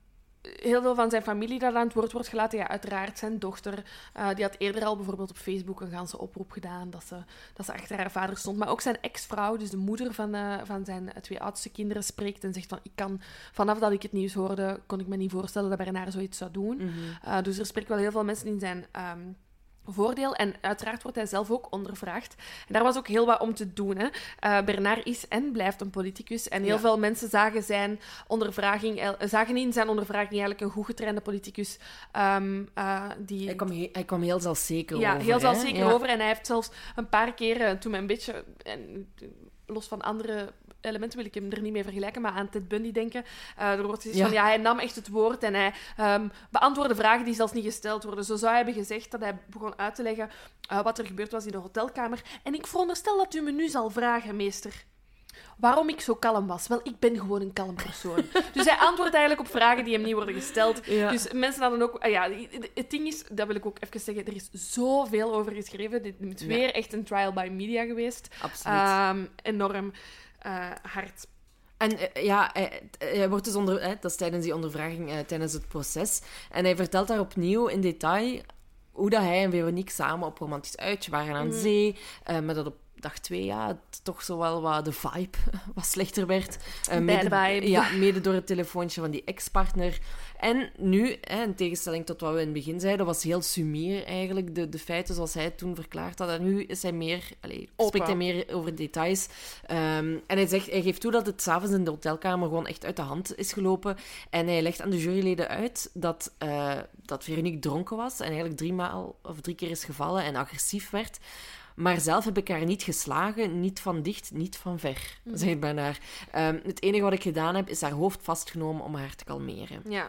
Speaker 3: Heel veel van zijn familie dat aan het woord wordt gelaten. Ja, uiteraard zijn dochter. Uh, die had eerder al bijvoorbeeld op Facebook een ganse oproep gedaan dat ze, dat ze achter haar vader stond. Maar ook zijn ex-vrouw, dus de moeder van, uh, van zijn twee oudste kinderen, spreekt en zegt van... Ik kan, vanaf dat ik het nieuws hoorde, kon ik me niet voorstellen dat Bernard zoiets zou doen. Mm-hmm. Uh, dus er spreken wel heel veel mensen in zijn... Um, voordeel. En uiteraard wordt hij zelf ook ondervraagd. En daar was ook heel wat om te doen. Hè. Uh, Bernard is en blijft een politicus. En heel ja. veel mensen zagen, zijn ondervraging, uh, zagen in zijn ondervraging eigenlijk een goed getrainde politicus. Um, uh, die...
Speaker 2: hij, kwam he- hij kwam heel zelfzeker
Speaker 3: ja,
Speaker 2: over.
Speaker 3: Ja, heel zelfzeker
Speaker 2: ja.
Speaker 3: over. En hij heeft zelfs een paar keer, toen een beetje... En, los van andere elementen wil ik hem er niet mee vergelijken, maar aan Ted Bundy denken. Uh, er wordt gezegd ja. van, ja, hij nam echt het woord en hij um, beantwoordde vragen die zelfs niet gesteld worden. Zo zou hij hebben gezegd dat hij begon uit te leggen uh, wat er gebeurd was in de hotelkamer. En ik veronderstel dat u me nu zal vragen, meester, waarom ik zo kalm was. Wel, ik ben gewoon een kalm persoon. Dus hij antwoordt eigenlijk op vragen die hem niet worden gesteld. Ja. Dus mensen hadden ook... Uh, ja, het ding is, dat wil ik ook even zeggen, er is zoveel over geschreven. Dit is ja. weer echt een trial by media geweest.
Speaker 2: Absoluut.
Speaker 3: Um, enorm uh, hard.
Speaker 2: En uh, ja, hij, hij wordt dus onder... Hè, dat is tijdens die ondervraging, uh, tijdens het proces. En hij vertelt daar opnieuw in detail hoe dat hij en Veronique samen op romantisch uitje waren aan mm. zee. Uh, maar dat op dag twee, ja, het toch zo wel wat de vibe wat slechter werd. Uh, mede,
Speaker 3: vibe.
Speaker 2: Ja, mede door het telefoontje van die ex-partner. En nu, hè, in tegenstelling tot wat we in het begin zeiden, was heel sumier eigenlijk, de, de feiten zoals hij het toen verklaard had. En nu is hij meer, allez, spreekt hij meer over details. Um, en hij, zegt, hij geeft toe dat het s'avonds in de hotelkamer gewoon echt uit de hand is gelopen. En hij legt aan de juryleden uit dat, uh, dat Veronique dronken was en eigenlijk drie maal of drie keer is gevallen en agressief werd. Maar zelf heb ik haar niet geslagen, niet van dicht, niet van ver, mm-hmm. zegt Bernard. Um, het enige wat ik gedaan heb, is haar hoofd vastgenomen om haar te kalmeren.
Speaker 3: Ja.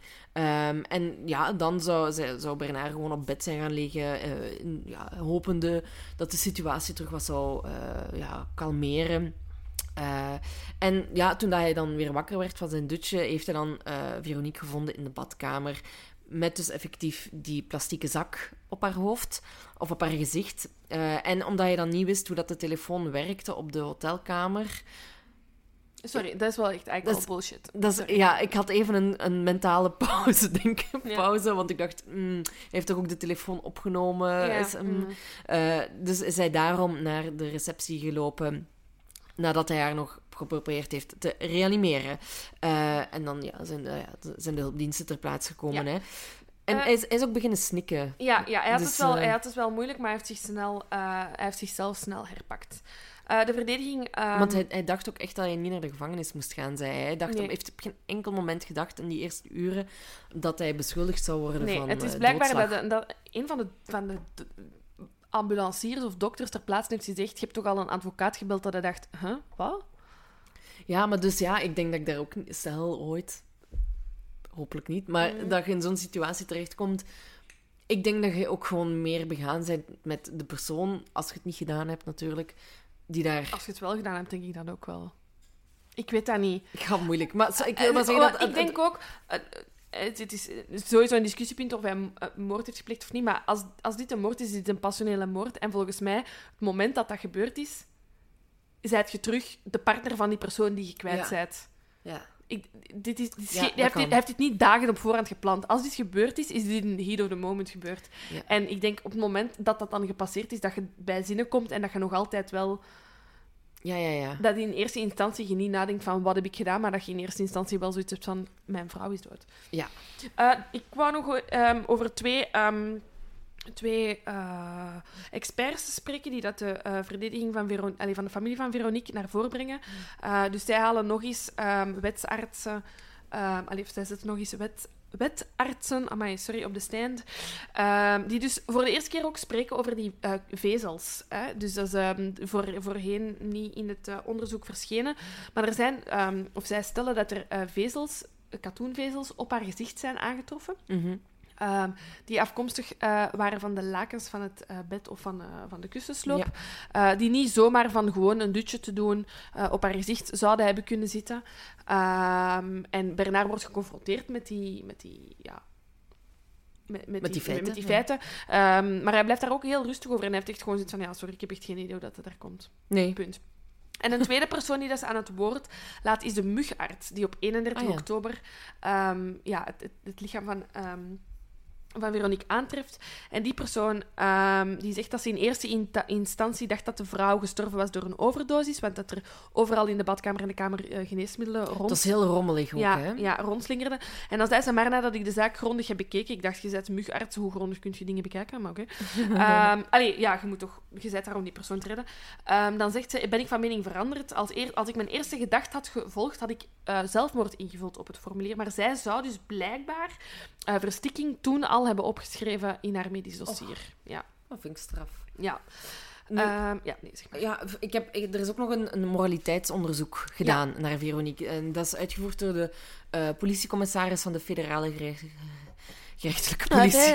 Speaker 2: Um, en ja, dan zou, zou Bernard gewoon op bed zijn gaan liggen, uh, in, ja, hopende dat de situatie terug wat zou uh, ja, kalmeren. Uh, en ja, toen dat hij dan weer wakker werd van zijn dutje, heeft hij dan uh, Veronique gevonden in de badkamer, met dus effectief die plastieke zak op haar hoofd, of op haar gezicht. Uh, en omdat hij dan niet wist hoe dat de telefoon werkte op de hotelkamer,
Speaker 3: Sorry, dat is wel echt eigenlijk
Speaker 2: dat
Speaker 3: wel
Speaker 2: is,
Speaker 3: bullshit.
Speaker 2: Dat is, ja, ik had even een, een mentale pauze, denk ik.
Speaker 3: Ja.
Speaker 2: Pauze, want ik dacht, mm, hij heeft toch ook de telefoon opgenomen.
Speaker 3: Ja.
Speaker 2: Is, mm.
Speaker 3: Mm.
Speaker 2: Uh, dus is hij daarom naar de receptie gelopen, nadat hij haar nog geprobeerd heeft te reanimeren. Uh, en dan ja, zijn, uh, ja, zijn de hulpdiensten ter plaatse gekomen.
Speaker 3: Ja.
Speaker 2: Hè. En
Speaker 3: Uh,
Speaker 2: hij, is, hij is ook beginnen snikken.
Speaker 3: Ja, ja hij, had
Speaker 2: dus,
Speaker 3: het wel,
Speaker 2: uh,
Speaker 3: hij had het wel moeilijk, maar hij heeft, zich snel, uh, hij heeft zichzelf snel herpakt. Uh, de verdediging... Um...
Speaker 2: Want hij, hij dacht ook echt dat hij niet naar de gevangenis moest gaan, zei hij. Hij dacht,
Speaker 3: nee.
Speaker 2: hij heeft op geen enkel moment gedacht in die eerste uren dat hij beschuldigd zou worden
Speaker 3: nee,
Speaker 2: van
Speaker 3: het is
Speaker 2: uh,
Speaker 3: blijkbaar
Speaker 2: doodslag.
Speaker 3: dat, dat een van de, van de, de ambulanciers of dokters ter plaatse heeft gezegd, je hebt toch al een advocaat gebeld dat hij dacht, huh, wat?
Speaker 2: Ja, maar dus ja, ik denk dat ik daar ook... Stel, ooit... Hopelijk niet. Maar mm. dat je in zo'n situatie terechtkomt... Ik denk dat je ook gewoon meer begaan bent met de persoon, als je het niet gedaan hebt natuurlijk, die daar...
Speaker 3: Als je het wel gedaan hebt, denk ik dat ook wel. Ik weet dat niet.
Speaker 2: Ik ga moeilijk. Maar zo, ik wil
Speaker 3: uh,
Speaker 2: maar zeggen
Speaker 3: uh,
Speaker 2: dat...
Speaker 3: Ik denk ook... Uh, Het, het is sowieso een discussiepunt of hij een moord heeft gepleegd of niet, maar als, als dit een moord is, is dit een passionele moord. En volgens mij, het moment dat dat gebeurd is, zijt je terug de partner van die persoon die je kwijt
Speaker 2: ja.
Speaker 3: bent.
Speaker 2: Ja.
Speaker 3: Ik, dit is, dit is
Speaker 2: ja,
Speaker 3: hij, heeft dit, hij heeft dit niet dagen op voorhand gepland. Als dit gebeurd is, is dit in the heat of the moment gebeurd.
Speaker 2: Ja.
Speaker 3: En ik denk op het moment dat dat dan gepasseerd is, dat je bij zinnen komt en dat je nog altijd wel...
Speaker 2: Ja, ja, ja.
Speaker 3: Dat in eerste instantie je niet nadenkt van wat heb ik gedaan, maar dat je in eerste instantie wel zoiets hebt van mijn vrouw is dood.
Speaker 2: Ja.
Speaker 3: Uh, ik wou nog um, over twee, um, twee uh, experts spreken die dat de uh, verdediging van, Veron- Allee, van de familie van Veronique naar voren brengen. Uh, dus zij halen nog eens um, wetsartsen... Um, allee, zij zetten nog eens wet... wetartsen, amai, sorry, op de stand, uh, die dus voor de eerste keer ook spreken over die uh, vezels. Hè? Dus dat is um, voor, voorheen niet in het uh, onderzoek verschenen. Maar er zijn, um, of zij stellen dat er uh, vezels, katoenvezels, op haar gezicht zijn aangetroffen.
Speaker 2: Mm-hmm.
Speaker 3: Um, die afkomstig uh, waren van de lakens van het uh, bed of van, uh, van de kussensloop. Ja. Uh, die niet zomaar van gewoon een dutje te doen uh, op haar gezicht zouden hebben kunnen zitten. Um, en Bernard wordt geconfronteerd met die... Met die ja, met, met,
Speaker 2: met
Speaker 3: die,
Speaker 2: die feiten.
Speaker 3: Met die feiten. Ja. Um, maar hij blijft daar ook heel rustig over. En hij heeft echt gewoon zoiets van... Ja, sorry, ik heb echt geen idee hoe dat het daar komt.
Speaker 2: Nee.
Speaker 3: Punt. En een tweede persoon die dat aan het woord laat, is de mugarts. Die op eenendertig
Speaker 2: ah, ja.
Speaker 3: oktober um, ja, het, het, het lichaam van... Um, van Veronique aantreft. En die persoon um, die zegt dat ze in eerste in- instantie dacht dat de vrouw gestorven was door een overdosis, want dat er overal in de badkamer en de kamer uh, geneesmiddelen rond...
Speaker 2: Dat is heel rommelig ook,
Speaker 3: ja,
Speaker 2: hè?
Speaker 3: Ja, rondslingerden. En dan zei ze maar nadat ik de zaak grondig heb bekeken, ik dacht, je bent mugarts, hoe grondig kun je dingen bekijken? Maar oké. Okay. um, allee, ja, je moet toch... Je bent daar om die persoon te redden. Um, dan zegt ze, ben ik van mening veranderd. Als, eer, als ik mijn eerste gedachte had gevolgd, had ik uh, zelfmoord ingevuld op het formulier. Maar zij zou dus blijkbaar uh, verstikking toen al hebben opgeschreven in haar medisch dossier. Oh,
Speaker 2: ja. Dat vind ik straf.
Speaker 3: Ja.
Speaker 2: Nu,
Speaker 3: um, ja, nee, zeg maar.
Speaker 2: Ja, ik heb, er is ook nog een, een moraliteitsonderzoek gedaan ja. naar Veronique. En dat is uitgevoerd door de uh, politiecommissaris van de federale gerecht, gerechtelijke politie.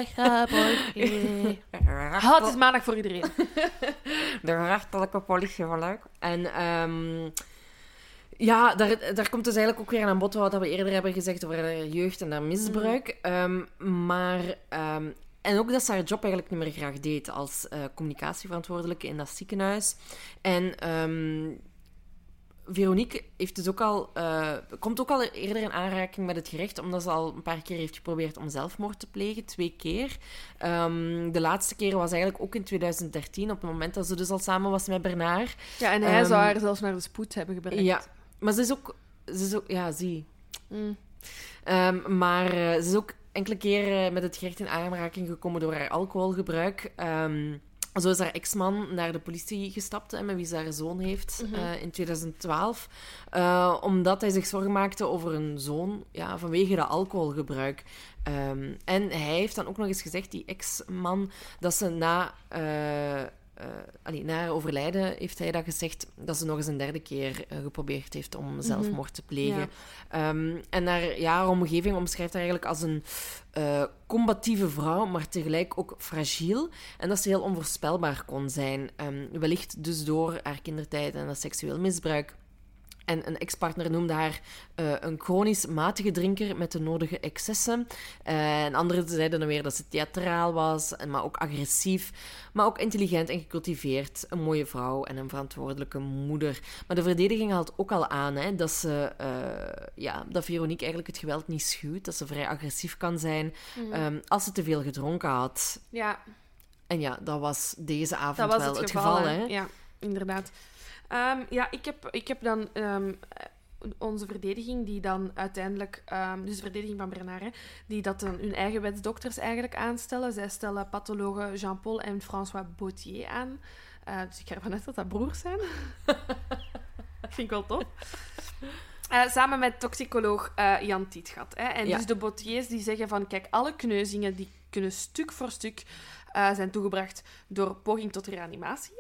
Speaker 3: Oh, het is maandag voor iedereen.
Speaker 2: De gerechtelijke politie van Luik. En... Um, Ja, daar, daar komt dus eigenlijk ook weer aan bod wat we eerder hebben gezegd over jeugd en misbruik. Mm. Um, maar... Um, en ook dat ze haar job eigenlijk niet meer graag deed als uh, communicatieverantwoordelijke in dat ziekenhuis. En um, Veronique heeft dus ook al, uh, komt ook al eerder in aanraking met het gerecht, omdat ze al een paar keer heeft geprobeerd om zelfmoord te plegen. Twee keer. Um, de laatste keer was eigenlijk ook in twintig dertien, op het moment dat ze dus al samen was met Bernard.
Speaker 3: Ja, en hij um, zou haar zelfs naar de spoed hebben gebracht.
Speaker 2: Ja. Maar ze is ook... Ze is ook ja, zie.
Speaker 3: Mm.
Speaker 2: Um, maar uh, ze is ook enkele keren met het gerecht in aanraking gekomen door haar alcoholgebruik. Um, zo is haar ex-man naar de politie gestapt, hè, met wie ze haar zoon heeft, mm-hmm. uh, in twintig twaalf. Uh, omdat hij zich zorgen maakte over een zoon, ja, vanwege dat alcoholgebruik. Um, en hij heeft dan ook nog eens gezegd, die ex-man, dat ze na... Uh, Uh, allee, na haar overlijden heeft hij dat gezegd dat ze nog eens een derde keer uh, geprobeerd heeft om zelfmoord mm-hmm. te plegen. Ja. Um, en haar, ja, haar omgeving omschrijft haar eigenlijk als een uh, combatieve vrouw, maar tegelijk ook fragiel. En dat ze heel onvoorspelbaar kon zijn. Um, wellicht dus door haar kindertijd en dat seksueel misbruik. En een ex-partner noemde haar uh, een chronisch matige drinker met de nodige excessen. Uh, en anderen zeiden dan weer dat ze theatraal was, maar ook agressief, maar ook intelligent en gecultiveerd. Een mooie vrouw en een verantwoordelijke moeder. Maar de verdediging haalt ook al aan hè, dat, ze, uh, ja, dat Veronique eigenlijk het geweld niet schuwt, dat ze vrij agressief kan zijn mm. um, als ze te veel gedronken had.
Speaker 3: Ja.
Speaker 2: En ja, dat was deze avond
Speaker 3: dat was
Speaker 2: wel
Speaker 3: het
Speaker 2: het
Speaker 3: geval.
Speaker 2: geval
Speaker 3: hè?
Speaker 2: hè?
Speaker 3: Ja, inderdaad. Um, ja, ik heb, ik heb dan um, onze verdediging, die dan uiteindelijk... Um, dus de verdediging van Bernard, hè, die dat dan hun eigen wetsdokters eigenlijk aanstellen. Zij stellen pathologen Jean-Paul en François Bautier aan. Uh, dus ik ga ervan uit dat dat broers zijn. Vind ik wel tof. Uh, samen met toxicoloog uh, Jan Tietgat. Hè. En ja. dus de Bautiers die zeggen van... Kijk, alle kneuzingen die kunnen stuk voor stuk uh, zijn toegebracht door poging tot reanimatie.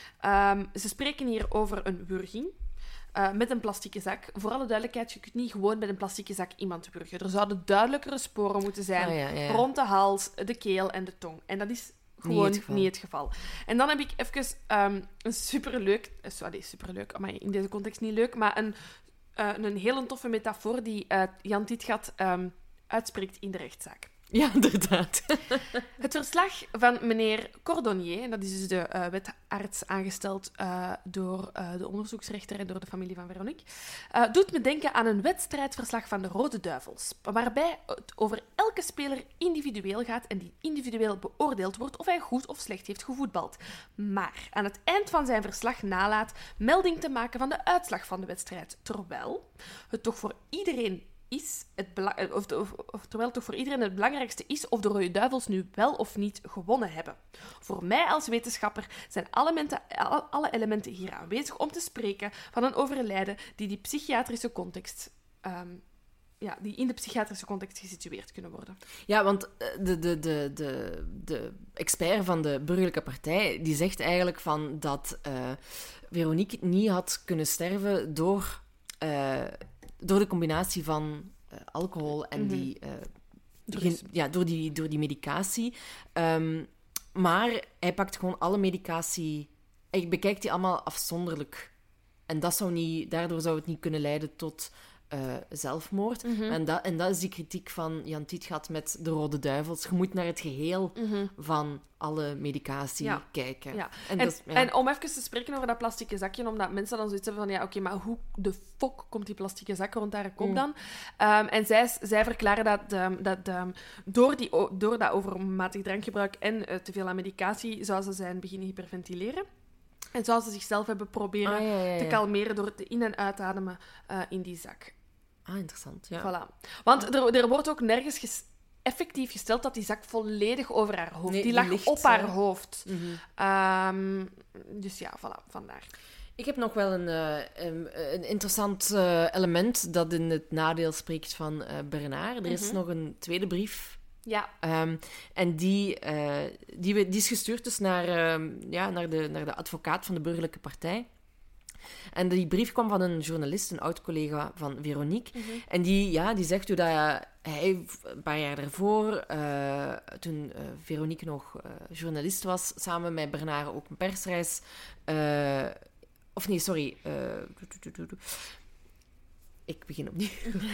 Speaker 3: Um, ze spreken hier over een wurging uh, met een plastieke zak. Voor alle duidelijkheid, je kunt niet gewoon met een plastieke zak iemand wurgen. Er zouden duidelijkere sporen moeten zijn
Speaker 2: oh, ja, ja.
Speaker 3: rond de hals, de keel en de tong. En dat is gewoon niet het geval. Niet het geval. En dan heb ik even um, een superleuk... Uh, sorry, superleuk, maar in deze context niet leuk, maar een, uh, een hele toffe metafoor die uh, Jan Tietgat um, uitspreekt in de rechtszaak.
Speaker 2: Ja, inderdaad.
Speaker 3: Het verslag van meneer Cordonnier, en dat is dus de uh, wetarts aangesteld uh, door uh, de onderzoeksrechter en door de familie van Veronique, uh, doet me denken aan een wedstrijdverslag van de Rode Duivels, waarbij het over elke speler individueel gaat en die individueel beoordeeld wordt of hij goed of slecht heeft gevoetbald. Maar aan het eind van zijn verslag nalaat melding te maken van de uitslag van de wedstrijd, terwijl het toch voor iedereen is het bela- of, of, of terwijl het toch voor iedereen het belangrijkste is of de Rode Duivels nu wel of niet gewonnen hebben. Voor mij als wetenschapper zijn alle, menten, alle, alle elementen hier aanwezig om te spreken van een overlijden die die psychiatrische context... Um, ja, die in de psychiatrische context gesitueerd kunnen worden.
Speaker 2: Ja, want de, de, de, de, de expert van de burgerlijke partij die zegt eigenlijk van dat uh, Veronique niet had kunnen sterven door... Uh, Door de combinatie van uh, alcohol en mm-hmm. die, uh, die, ja, door, die, door die medicatie. Um, maar hij pakt gewoon alle medicatie... Hij bekijkt die allemaal afzonderlijk. En dat zou niet, daardoor zou het niet kunnen leiden tot uh, zelfmoord. Mm-hmm. En, dat, en dat is die kritiek van Jan Tietgat met de Rode Duivels. Je moet naar het geheel mm-hmm. van alle medicatie
Speaker 3: ja.
Speaker 2: kijken.
Speaker 3: Ja.
Speaker 2: En,
Speaker 3: en,
Speaker 2: dat is, ja.
Speaker 3: en om even te spreken over dat plastieke zakje, omdat mensen dan zoiets hebben van, ja, oké, okay, maar hoe de fok komt die plastieke zak rond haar kop mm. dan? Um, en zij, zij verklaren dat, um, dat um, door, die, door dat overmatig drankgebruik en uh, te veel aan medicatie zou ze zijn beginnen hyperventileren. En zou ze zichzelf hebben proberen
Speaker 2: ah, ja, ja, ja.
Speaker 3: te kalmeren door te in- en uitademen uh, in die zak.
Speaker 2: Ah, interessant, ja.
Speaker 3: Voilà. Want er, er wordt ook nergens ges- effectief gesteld dat die zak volledig over haar hoofd...
Speaker 2: Nee,
Speaker 3: die lag
Speaker 2: die ligt,
Speaker 3: op haar
Speaker 2: hè?
Speaker 3: hoofd.
Speaker 2: Mm-hmm.
Speaker 3: Um, dus ja, voilà, vandaar.
Speaker 2: Ik heb nog wel een, uh, een, een interessant uh, element dat in het nadeel spreekt van uh, Bernard. Er is mm-hmm. nog een tweede brief...
Speaker 3: Ja.
Speaker 2: Um, en die, uh, die, die is gestuurd dus naar, uh, ja, naar, de, naar de advocaat van de burgerlijke partij. En die brief kwam van een journalist, een oud-collega van Veronique. Mm-hmm. En die, ja, die zegt hoe dat hij een paar jaar daarvoor, uh, toen uh, Veronique nog uh, journalist was, samen met Bernard ook een persreis... Uh, of nee, sorry... Uh, Ik begin opnieuw.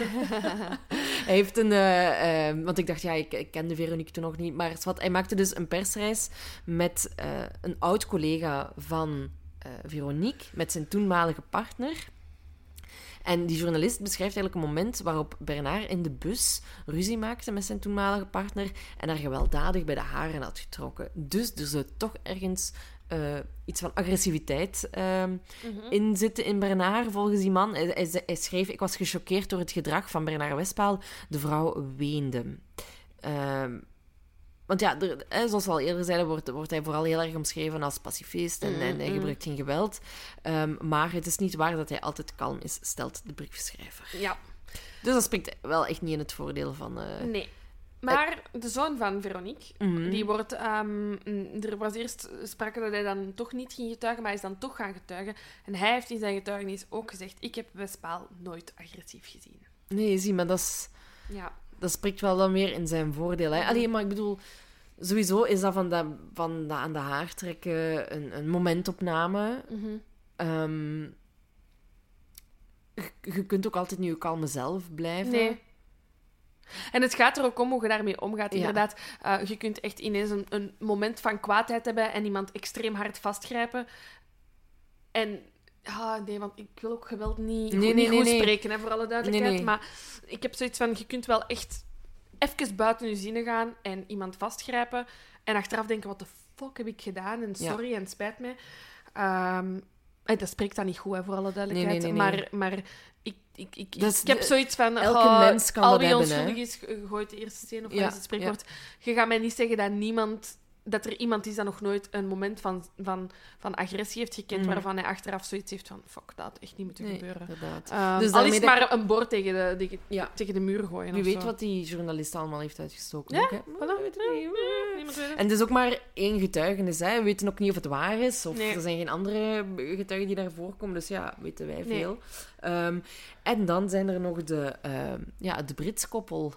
Speaker 2: Hij heeft een... Uh, uh, want ik dacht, ja, ik, ik kende Veronique toen nog niet. Maar wat, hij maakte dus een persreis met uh, een oud-collega van uh, Veronique, met zijn toenmalige partner. En die journalist beschrijft eigenlijk een moment waarop Bernard in de bus ruzie maakte met zijn toenmalige partner en haar gewelddadig bij de haren had getrokken. Dus er zou toch ergens... Uh, iets van agressiviteit uh, mm-hmm. in zitten in Bernard, volgens die man. Hij, hij, hij schreef, ik was gechoqueerd door het gedrag van Bernard Westphal. De vrouw weende. Uh, want ja, er, eh, zoals we al eerder zeiden, wordt, wordt hij vooral heel erg omschreven als pacifist en, mm-hmm. en hij gebruikt geen geweld. Um, maar het is niet waar dat hij altijd kalm is, stelt de briefschrijver.
Speaker 3: Ja.
Speaker 2: Dus dat spreekt wel echt niet in het voordeel van... Uh,
Speaker 3: nee. Maar de zoon van Veronique, mm-hmm. die wordt... Um, er was eerst sprake dat hij dan toch niet ging getuigen, maar hij is dan toch gaan getuigen. En hij heeft in zijn getuigenis ook gezegd, ik heb Westphal nooit agressief gezien.
Speaker 2: Nee, zie, maar dat is... Ja. Dat spreekt wel dan meer in zijn voordeel. Hè? Mm-hmm. Allee, maar ik bedoel... Sowieso is dat van dat, van dat aan de haar trekken een, een momentopname. Mm-hmm. Um, je, je kunt ook altijd niet je kalme zelf blijven.
Speaker 3: Nee. En het gaat er ook om hoe je daarmee omgaat.
Speaker 2: Ja.
Speaker 3: Inderdaad, uh, je kunt echt ineens een, een moment van kwaadheid hebben en iemand extreem hard vastgrijpen. En... Ah, nee, want ik wil ook geweld niet,
Speaker 2: Nee,
Speaker 3: goed,
Speaker 2: nee,
Speaker 3: niet
Speaker 2: nee,
Speaker 3: goed
Speaker 2: nee.
Speaker 3: spreken, hè, voor alle duidelijkheid.
Speaker 2: Nee, nee.
Speaker 3: Maar ik heb zoiets van, je kunt wel echt even buiten je zinnen gaan en iemand vastgrijpen en achteraf denken, wat de fuck heb ik gedaan? En sorry, en het spijt me. Um, en dat spreekt dan niet goed, hè, voor alle duidelijkheid.
Speaker 2: Nee, nee, nee, nee.
Speaker 3: Maar, maar ik, ik, ik,
Speaker 2: Dat is
Speaker 3: ik heb
Speaker 2: de-
Speaker 3: zoiets van...
Speaker 2: elke
Speaker 3: oh,
Speaker 2: mens kan
Speaker 3: al
Speaker 2: dat
Speaker 3: wie
Speaker 2: hebben,
Speaker 3: onschuldig
Speaker 2: hè.
Speaker 3: is, ge- gooit de eerste steen, of
Speaker 2: Ja,
Speaker 3: wat is het spreekwoord. Je gaat mij niet zeggen dat niemand... Dat er iemand is dat nog nooit een moment van, van, van agressie heeft gekend,
Speaker 2: Mhm.
Speaker 3: waarvan hij achteraf zoiets heeft van... Fuck, dat had echt niet moeten
Speaker 2: Nee,
Speaker 3: gebeuren.
Speaker 2: inderdaad.
Speaker 3: Um,
Speaker 2: Dus
Speaker 3: al
Speaker 2: daarmee
Speaker 3: is het
Speaker 2: dat-
Speaker 3: maar een bord tegen de, tegen,
Speaker 2: Ja.
Speaker 3: tegen de muur gooien.
Speaker 2: Wie
Speaker 3: of
Speaker 2: weet
Speaker 3: zo.
Speaker 2: wat die journalist allemaal heeft uitgestoken.
Speaker 3: Ja,
Speaker 2: ook, hè.
Speaker 3: voilà.
Speaker 2: We weten het niet.
Speaker 3: Niemand weet het.
Speaker 2: En het is ook maar één getuigenis. Hè. We weten ook niet of het waar is. Of
Speaker 3: Nee.
Speaker 2: er zijn geen andere getuigen die daarvoor komen. Dus ja, weten wij
Speaker 3: Nee.
Speaker 2: veel. Ehm, en dan zijn er nog de, ehm, ja, de Brits koppel.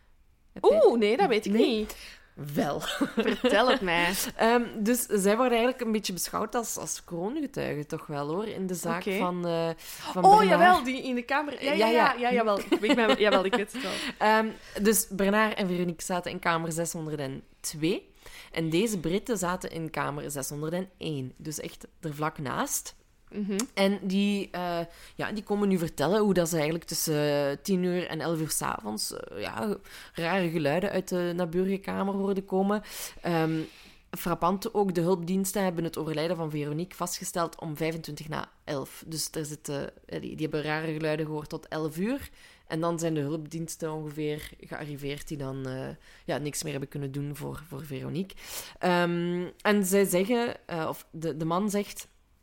Speaker 2: Heb jij-
Speaker 3: Oeh, nee, dat weet ik
Speaker 2: Nee.
Speaker 3: niet.
Speaker 2: Wel.
Speaker 3: Vertel het mij.
Speaker 2: Ehm, dus zij worden eigenlijk een beetje beschouwd als, als kroongetuigen, toch wel, hoor. In de zaak
Speaker 3: Oké.
Speaker 2: van, eh van
Speaker 3: Oh,
Speaker 2: Bernard.
Speaker 3: jawel, die in de kamer. Ja, ja,
Speaker 2: Ja,
Speaker 3: ja,
Speaker 2: ja.
Speaker 3: ja, jawel. Ik weet, mij- jawel, ik weet het wel.
Speaker 2: Ehm, dus Bernard en Veronique zaten in kamer zeshonderdtwee. En deze Britten zaten in kamer zeshonderdéén. Dus echt er vlak naast.
Speaker 3: Mhm.
Speaker 2: En die, eh, ja, die komen nu vertellen hoe dat ze eigenlijk tussen tien uur en elf uur 's avonds eh, ja, rare geluiden uit de naburige kamer hoorden komen. Ehm, frappant ook, de hulpdiensten hebben het overlijden van Veronique vastgesteld om vijfentwintig na elf. Dus er zitten, eh, die, die hebben rare geluiden gehoord tot elf uur. En dan zijn de hulpdiensten ongeveer gearriveerd die dan eh, ja, niks meer hebben kunnen doen voor, voor Veronique. Ehm, en zij zeggen, uh, of de, de man zegt...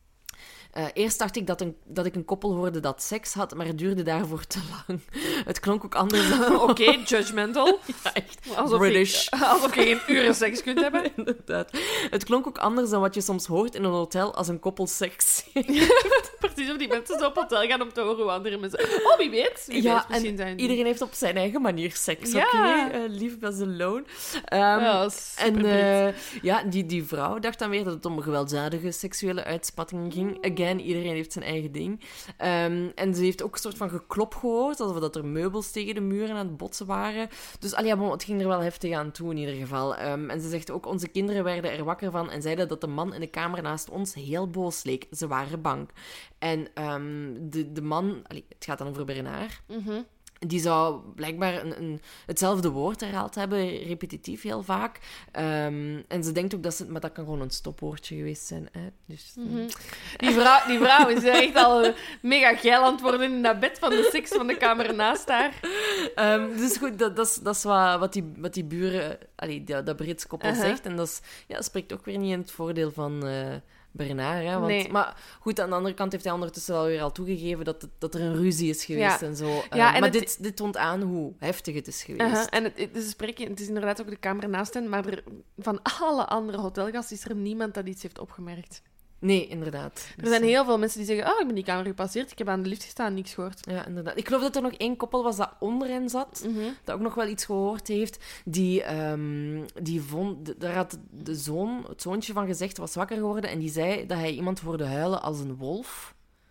Speaker 2: Uh, eerst dacht ik dat, een, dat ik een koppel hoorde dat seks had, maar het duurde daarvoor te lang. Het klonk ook anders dan...
Speaker 3: Oké, okay, judgmental.
Speaker 2: Ja, echt.
Speaker 3: Alsof
Speaker 2: British.
Speaker 3: Je, alsof je geen uren seks kunt hebben.
Speaker 2: Inderdaad. Het klonk ook anders dan wat je soms hoort in een hotel als een koppel seks.
Speaker 3: Precies of die mensen zo op hotel gaan om te horen hoe andere mensen... Oh, wie weet. Wie
Speaker 2: Ja,
Speaker 3: weet, misschien
Speaker 2: en
Speaker 3: zijn...
Speaker 2: iedereen heeft op zijn eigen manier seks,
Speaker 3: Ja.
Speaker 2: oké? Uh, lief as alone. Um,
Speaker 3: Ja, dat is
Speaker 2: en
Speaker 3: super
Speaker 2: uh, ja, die, die vrouw dacht dan weer dat het om gewelddadige seksuele uitspattingen ging. Again, iedereen heeft zijn eigen ding. Um, en ze heeft ook een soort van geklop gehoord, alsof dat er meubels tegen de muren aan het botsen waren. Dus allee, ja, bon, het ging er wel heftig aan toe in ieder geval. Um, en ze zegt ook, onze kinderen werden er wakker van en zeiden dat de man in de kamer naast ons heel boos leek. Ze waren bang. En um, de, de man, allee, het gaat dan over Bernard,
Speaker 3: Mhm.
Speaker 2: die zou blijkbaar een, een, hetzelfde woord herhaald hebben, repetitief heel vaak. Um, en ze denkt ook dat ze... Maar dat kan gewoon een stopwoordje geweest zijn. Hè? Dus,
Speaker 3: Mhm. die, vrouw, die vrouw is echt al uh, mega geil aan het worden in dat bed van de seks van de kamer naast haar.
Speaker 2: Um, dus goed, dat, dat, is, dat is wat, wat, die, wat die buren, allee, dat, dat Brits koppel
Speaker 3: Uh-huh.
Speaker 2: zegt. En dat is, ja, spreekt ook weer niet in het voordeel van... Uh, Bernard, hè? Want,
Speaker 3: Nee.
Speaker 2: Maar goed, aan de andere kant heeft hij ondertussen wel weer al toegegeven dat, het, dat er een ruzie is geweest
Speaker 3: Ja.
Speaker 2: en zo. Uh,
Speaker 3: Ja, en
Speaker 2: maar
Speaker 3: het-
Speaker 2: dit, dit toont aan hoe heftig het is geweest.
Speaker 3: Uh-huh. En het, het, dus ze spreken, het is inderdaad ook de kamer naast hen, maar er, van alle andere hotelgasten is er niemand dat iets heeft opgemerkt.
Speaker 2: Nee, inderdaad.
Speaker 3: Er
Speaker 2: Dus,
Speaker 3: zijn
Speaker 2: uh,
Speaker 3: heel veel mensen die zeggen, oh, ik ben die kamer gepasseerd, ik heb aan de lift gestaan, niks gehoord.
Speaker 2: Ja, inderdaad. Ik geloof dat er nog één koppel was dat onder hen zat,
Speaker 3: Mhm.
Speaker 2: dat ook nog wel iets gehoord heeft. Die, um, die vond... de- Daar had de zoon, het zoontje van gezegd, was wakker geworden en die zei dat hij iemand hoorde huilen als een wolf.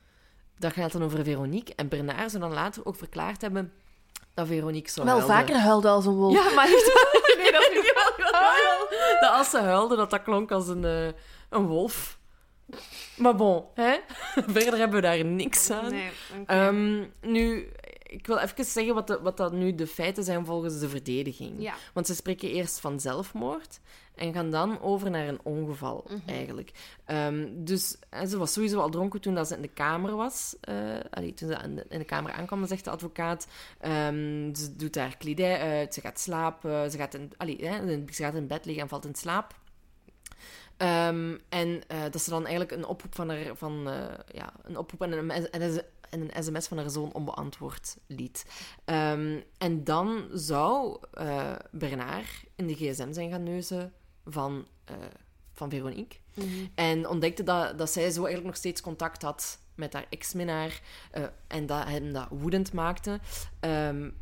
Speaker 2: Dat gaat dan over Veronique. En Bernard zou dan later ook verklaard hebben dat Veronique zou
Speaker 3: Wel
Speaker 2: huilen.
Speaker 3: vaker huilde als een wolf.
Speaker 2: Ja, maar heeft...
Speaker 3: Nee, dat is niet
Speaker 2: dat als ze huilde, dat dat klonk als een, uh, een wolf. Maar bon, hè? Verder hebben we daar niks aan.
Speaker 3: Nee, okay.
Speaker 2: Um, nu, ik wil even zeggen wat, de, wat dat nu de feiten zijn volgens de verdediging.
Speaker 3: Ja.
Speaker 2: Want ze spreken eerst van zelfmoord en gaan dan over naar een ongeval,
Speaker 3: Mhm.
Speaker 2: eigenlijk. Um, dus en ze was sowieso al dronken toen dat ze in de kamer was. Uh, allee, toen ze in de, in de kamer aankwam, zegt de advocaat. Um, ze doet haar kledij uit, ze gaat slapen, ze gaat in, allee, hè, ze gaat in bed liggen en valt in slaap. Um, en uh, dat ze dan eigenlijk een oproep van haar, van, uh, ja, een oproep en een, en een, en een sms van haar zoon onbeantwoord liet. Um, en dan zou uh, Bernard in de gsm zijn gaan neuzen van, uh, van Veronique.
Speaker 3: Mm-hmm.
Speaker 2: En ontdekte dat, dat zij zo eigenlijk nog steeds contact had met haar ex-minnaar uh, en dat hem dat woedend maakte. Um,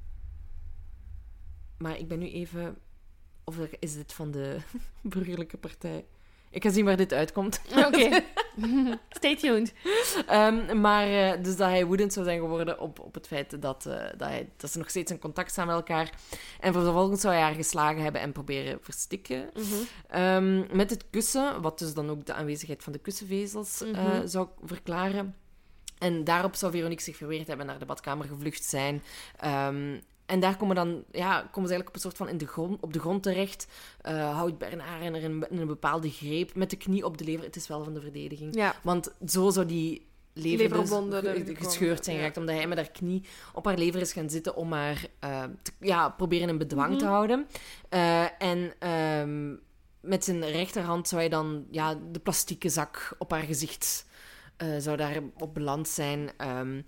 Speaker 2: maar ik ben nu even... Of is dit van de burgerlijke partij? Ik ga zien waar dit uitkomt.
Speaker 3: Oké. Okay. Stay tuned.
Speaker 2: Um, maar uh, dus dat hij woedend zou zijn geworden op, op het feit dat, uh, dat, hij, dat ze nog steeds in contact staan met elkaar. En vervolgens zou hij haar geslagen hebben en proberen verstikken. Mm-hmm. Um, met het kussen, wat dus dan ook de aanwezigheid van de kussenvezels uh, mm-hmm. zou verklaren. En daarop zou Veronique zich verweerd hebben en naar de badkamer gevlucht zijn. Um, En daar komen, dan, ja, komen ze eigenlijk op een soort van in de grond, op de grond terecht. Uh, houdt Bernard er in, in een bepaalde greep met de knie op de lever. Het is wel van de verdediging. Ja. Want zo zou die lever dus ge- gescheurd zijn geraakt. Ja. Omdat hij met haar knie op haar lever is gaan zitten om haar uh, te, ja, proberen in bedwang mm-hmm. te houden. Uh, en um, met zijn rechterhand zou hij dan ja, de plastieke zak op haar gezicht uh, zou daarop beland zijn. Um,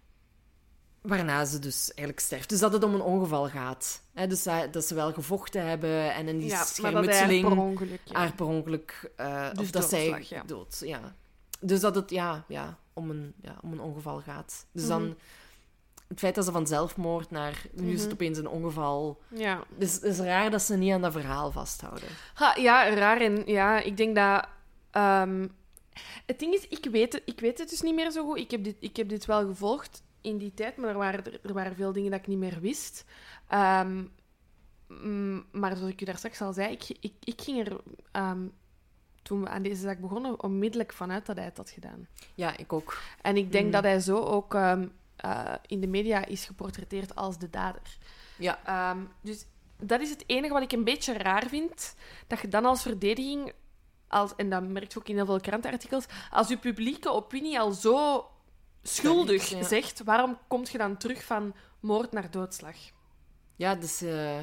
Speaker 2: Waarna ze dus eigenlijk sterft. Dus dat het om een ongeval gaat. Hè? Dus dat, dat ze wel gevochten hebben en in die
Speaker 3: ja,
Speaker 2: schermutseling...
Speaker 3: Maar dat hij per ongeluk... Ja.
Speaker 2: Haar per ongeluk... Uh,
Speaker 3: dus
Speaker 2: of dat zij
Speaker 3: ja.
Speaker 2: dood... Ja. Dus dat het ja, ja, om, een, ja, om een ongeval gaat. Dus mm-hmm. dan... Het feit dat ze van zelfmoord naar... Nu mm-hmm. is het opeens een ongeval.
Speaker 3: Ja.
Speaker 2: Dus het is raar dat ze niet aan dat verhaal vasthouden.
Speaker 3: Ha, ja, raar. En ja, ik denk dat... Um, het ding is, ik weet het, ik weet het dus niet meer zo goed. Ik heb dit, ik heb dit wel gevolgd in die tijd, maar er waren, er waren veel dingen dat ik niet meer wist. Um, m- maar zoals ik u daar straks al zei, ik, ik, ik ging er... Um, toen we aan deze zaak begonnen, onmiddellijk vanuit dat hij het had gedaan.
Speaker 2: Ja, ik ook.
Speaker 3: En ik denk
Speaker 2: mm.
Speaker 3: dat hij zo ook um, uh, in de media is geportretteerd als de dader.
Speaker 2: Ja.
Speaker 3: Um, dus dat is het enige wat ik een beetje raar vind. Dat je dan als verdediging, als, en dat merk je ook in heel veel krantenartikels, als je publieke opinie al zo schuldig ja. zegt, waarom kom je dan terug van moord naar doodslag?
Speaker 2: Ja, dus... Uh...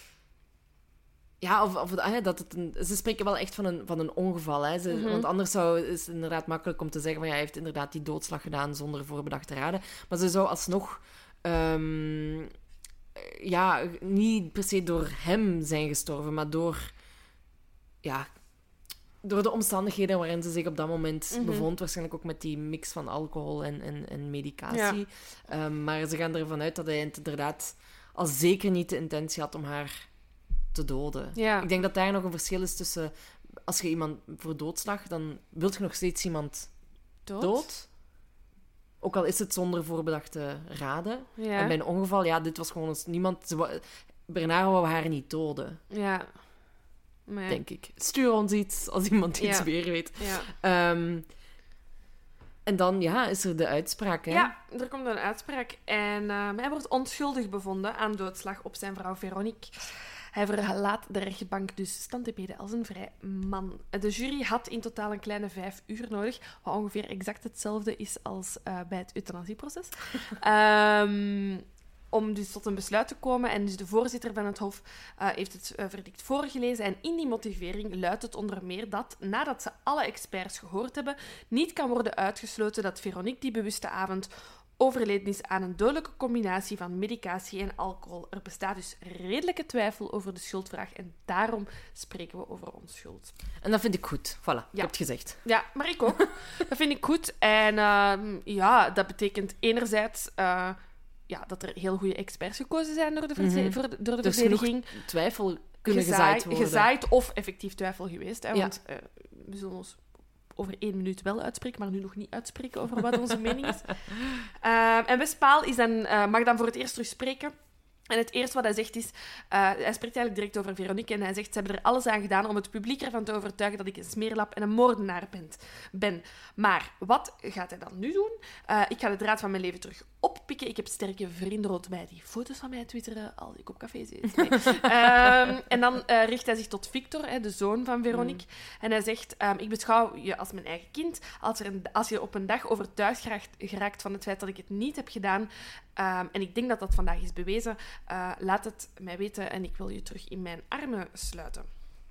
Speaker 2: Ja, of, of ah, dat het een, ze spreken wel echt van een, van een ongeval. Hè. Ze, mm-hmm. Want anders zou, is het inderdaad makkelijk om te zeggen van ja, hij heeft inderdaad die doodslag gedaan zonder voorbedachte raden. Maar ze zou alsnog um, ja, niet per se door hem zijn gestorven, maar door, ja, door de omstandigheden waarin ze zich op dat moment mm-hmm. bevond. Waarschijnlijk ook met die mix van alcohol en, en, en medicatie. Ja. Um, maar ze gaan ervan uit dat hij inderdaad al zeker niet de intentie had om haar te doden.
Speaker 3: Ja.
Speaker 2: Ik denk dat daar nog een verschil is tussen... Als je iemand voor doodslag, dan wil je nog steeds iemand
Speaker 3: dood.
Speaker 2: dood. Ook al is het zonder voorbedachte raden.
Speaker 3: Ja.
Speaker 2: En bij een ongeval, ja, dit was gewoon eens niemand... Ze wou, Bernard wou haar niet doden.
Speaker 3: Ja. Maar ja.
Speaker 2: Denk ik. Stuur ons iets als iemand iets
Speaker 3: ja.
Speaker 2: meer weet.
Speaker 3: Ja.
Speaker 2: Um, en dan, ja, is er de uitspraak, hè?
Speaker 3: Ja, er komt een uitspraak. En uh, hij wordt onschuldig bevonden aan doodslag op zijn vrouw Veronique. Hij verlaat de rechtbank dus stand te beden als een vrij man. De jury had in totaal een kleine vijf uur nodig, wat ongeveer exact hetzelfde is als uh, bij het euthanasieproces. um, om dus tot een besluit te komen. En dus de voorzitter van het Hof uh, heeft het uh, verdict voorgelezen. En in die motivering luidt het onder meer dat, nadat ze alle experts gehoord hebben, niet kan worden uitgesloten dat Veronique die bewuste avond overleden is aan een dodelijke combinatie van medicatie en alcohol. Er bestaat dus redelijke twijfel over de schuldvraag en daarom spreken we over onschuld.
Speaker 2: En dat vind ik goed. Voilà, ja. Ik heb het gezegd.
Speaker 3: Ja, maar ik ook. Dat vind ik goed. En uh, ja, dat betekent enerzijds uh, ja, dat er heel goede experts gekozen zijn door de, verze- mm-hmm. voor de, door de
Speaker 2: dus
Speaker 3: verdediging.
Speaker 2: Twijfel kunnen
Speaker 3: gezaaid,
Speaker 2: gezaaid worden.
Speaker 3: Gezaaid of effectief twijfel geweest. Hè,
Speaker 2: ja.
Speaker 3: Want uh, we zullen ons over één minuut wel uitspreken, maar nu nog niet uitspreken over wat onze mening is. Uh, en Westpaal is dan, uh, mag dan voor het eerst terug spreken. En het eerste wat hij zegt is... Uh, hij spreekt eigenlijk direct over Veronique en hij zegt... Ze hebben er alles aan gedaan om het publiek ervan te overtuigen dat ik een smeerlap en een moordenaar ben. ben. Maar wat gaat hij dan nu doen? Uh, ik ga de draad van mijn leven terug oppikken. Ik heb sterke vrienden rond mij die foto's van mij twitteren als ik op café zit. Nee. um, en dan uh, richt hij zich tot Victor, hè, de zoon van Veronique. Mm. En hij zegt... Um, ik beschouw je als mijn eigen kind. Als, er een, als je op een dag overtuigd geraakt, geraakt van het feit dat ik het niet heb gedaan... Um, en ik denk dat dat vandaag is bewezen... Uh, laat het mij weten en ik wil je terug in mijn armen sluiten.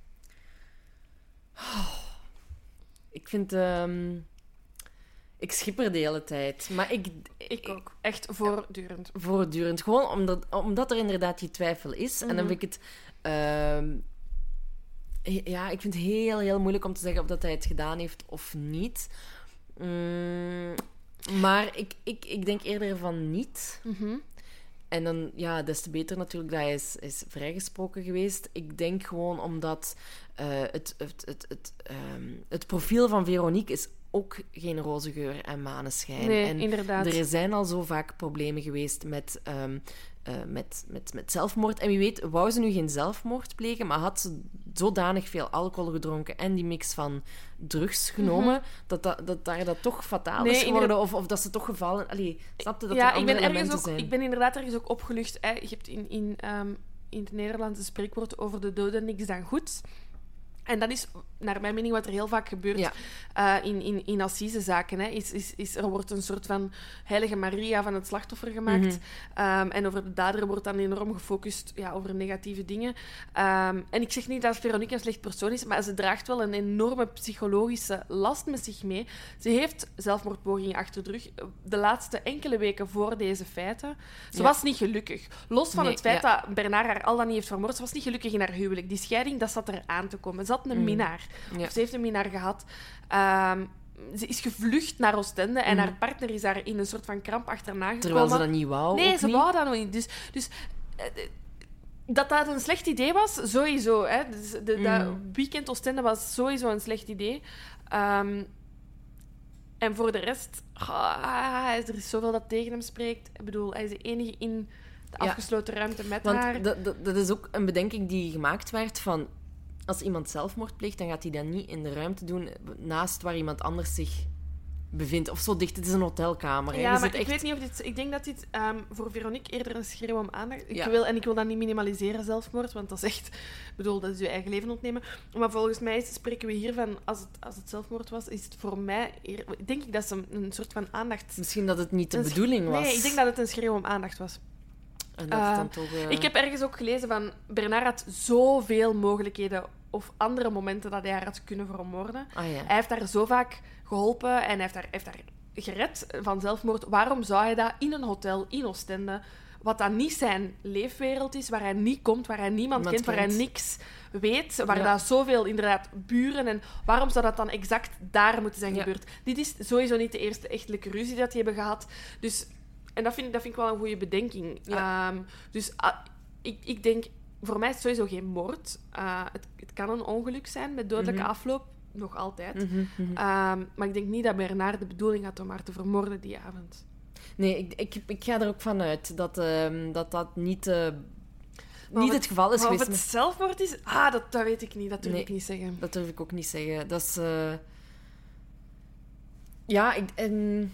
Speaker 2: Oh, ik vind... Um, ik schipper de hele tijd. Maar ik...
Speaker 3: Ik ook. Echt voortdurend.
Speaker 2: Ja, voortdurend. Gewoon omdat, omdat er inderdaad die twijfel is. Mm-hmm. En dan vind ik het... Um, ja, ik vind het heel, heel moeilijk om te zeggen of dat hij het gedaan heeft of niet. Mm, maar ik, ik, ik denk eerder van niet.
Speaker 3: Mm-hmm.
Speaker 2: En dan, ja, des te beter natuurlijk dat hij is, is vrijgesproken geweest. Ik denk gewoon omdat uh, het, het, het, het, um, het profiel van Veronique is ook geen roze geur en maneschijn.
Speaker 3: Nee,
Speaker 2: en
Speaker 3: inderdaad.
Speaker 2: Er zijn al zo vaak problemen geweest met, um, uh, met, met, met zelfmoord. En wie weet, wou ze nu geen zelfmoord plegen, maar had ze zodanig veel alcohol gedronken en die mix van drugs genomen, mm-hmm. dat, dat, dat daar dat toch fataal nee, is geworden, inderdaad... of, of dat ze toch gevallen... Allee, snapte dat
Speaker 3: ja,
Speaker 2: er andere
Speaker 3: ik ben
Speaker 2: elementen
Speaker 3: ook,
Speaker 2: zijn?
Speaker 3: Ik ben inderdaad ergens ook opgelucht. Hè. Je hebt in, in, um, in het Nederlands een spreekwoord over de doden niks dan goed. En dat is, naar mijn mening, wat er heel vaak gebeurt ja. uh, in, in, in assisezaken. Hè. Is, is, is, er wordt een soort van heilige Maria van het slachtoffer gemaakt. Mm-hmm. Um, en over de dader wordt dan enorm gefocust ja, over negatieve dingen. Um, en ik zeg niet dat Veronique een slecht persoon is, maar ze draagt wel een enorme psychologische last met zich mee. Ze heeft zelfmoordpogingen achter de rug. De laatste enkele weken voor deze feiten. Ze ja. was niet gelukkig. Los van nee, het feit ja. dat Bernard haar al dan niet heeft vermoord, ze was niet gelukkig in haar huwelijk. Die scheiding, dat zat er aan te komen. Ze had een minnaar. Ja. Of ze heeft een minnaar gehad. Um, ze is gevlucht naar Oostende en mm. haar partner is daar in een soort van kramp achterna gekomen.
Speaker 2: Terwijl ze dat niet wou.
Speaker 3: Nee, ze
Speaker 2: niet.
Speaker 3: wou dat nog niet. Dus, dus uh, dat dat een slecht idee was, sowieso. Hè. Dus de, mm. dat weekend Oostende was sowieso een slecht idee. Um, en voor de rest, oh, er is zoveel dat tegen hem spreekt. Ik bedoel, hij is de enige in de afgesloten ja. ruimte met
Speaker 2: Want
Speaker 3: haar.
Speaker 2: Dat, dat, dat is ook een bedenking die gemaakt werd van... Als iemand zelfmoord pleegt, dan gaat hij dat niet in de ruimte doen naast waar iemand anders zich bevindt. Of zo dicht. Het is een hotelkamer. Hè.
Speaker 3: Ja,
Speaker 2: je
Speaker 3: maar ik
Speaker 2: echt...
Speaker 3: weet niet of dit... Ik denk dat dit um, voor Veronique eerder een schreeuw om aandacht... Ik
Speaker 2: ja.
Speaker 3: wil, en ik wil dat niet minimaliseren, zelfmoord, want dat is echt... Ik bedoel, dat is je eigen leven ontnemen. Maar volgens mij spreken we hier van... Als het, als het zelfmoord was, is het voor mij... Eer, denk ik dat ze een soort van aandacht...
Speaker 2: Misschien dat het niet de bedoeling was.
Speaker 3: Nee, ik denk dat het een schreeuw om aandacht was.
Speaker 2: En dat uh, dan toch, uh...
Speaker 3: Ik heb ergens ook gelezen van... Bernard had zoveel mogelijkheden of andere momenten dat hij haar had kunnen vermoorden.
Speaker 2: Ah, ja.
Speaker 3: Hij heeft haar zo vaak geholpen en hij heeft haar, heeft haar gered van zelfmoord. Waarom zou hij dat in een hotel in Oostende, wat dan niet zijn leefwereld is, waar hij niet komt, waar hij niemand kent, kent, waar hij niks weet, waar ja. daar zoveel inderdaad buren en waarom zou dat dan exact daar moeten zijn ja. gebeurd? Dit is sowieso niet de eerste echtelijke ruzie dat die hebben gehad. Dus, en dat vind, dat vind ik wel een goede bedenking. Ja. Um, dus uh, ik, ik denk... Voor mij is het sowieso geen moord. Uh, het, het kan een ongeluk zijn met dodelijke mm-hmm. afloop. Nog altijd. Mm-hmm, mm-hmm. Um, maar ik denk niet dat Bernard de bedoeling had om haar te vermoorden die avond.
Speaker 2: Nee, ik, ik, ik ga er ook van uit dat um, dat, dat niet, uh, niet het, het geval is
Speaker 3: maar
Speaker 2: geweest.
Speaker 3: Of het zelfmoord is? Ah, dat, dat weet ik niet. Dat durf
Speaker 2: nee,
Speaker 3: ik niet zeggen.
Speaker 2: Dat durf ik ook niet zeggen. Dat is... Uh... Ja, ik... En...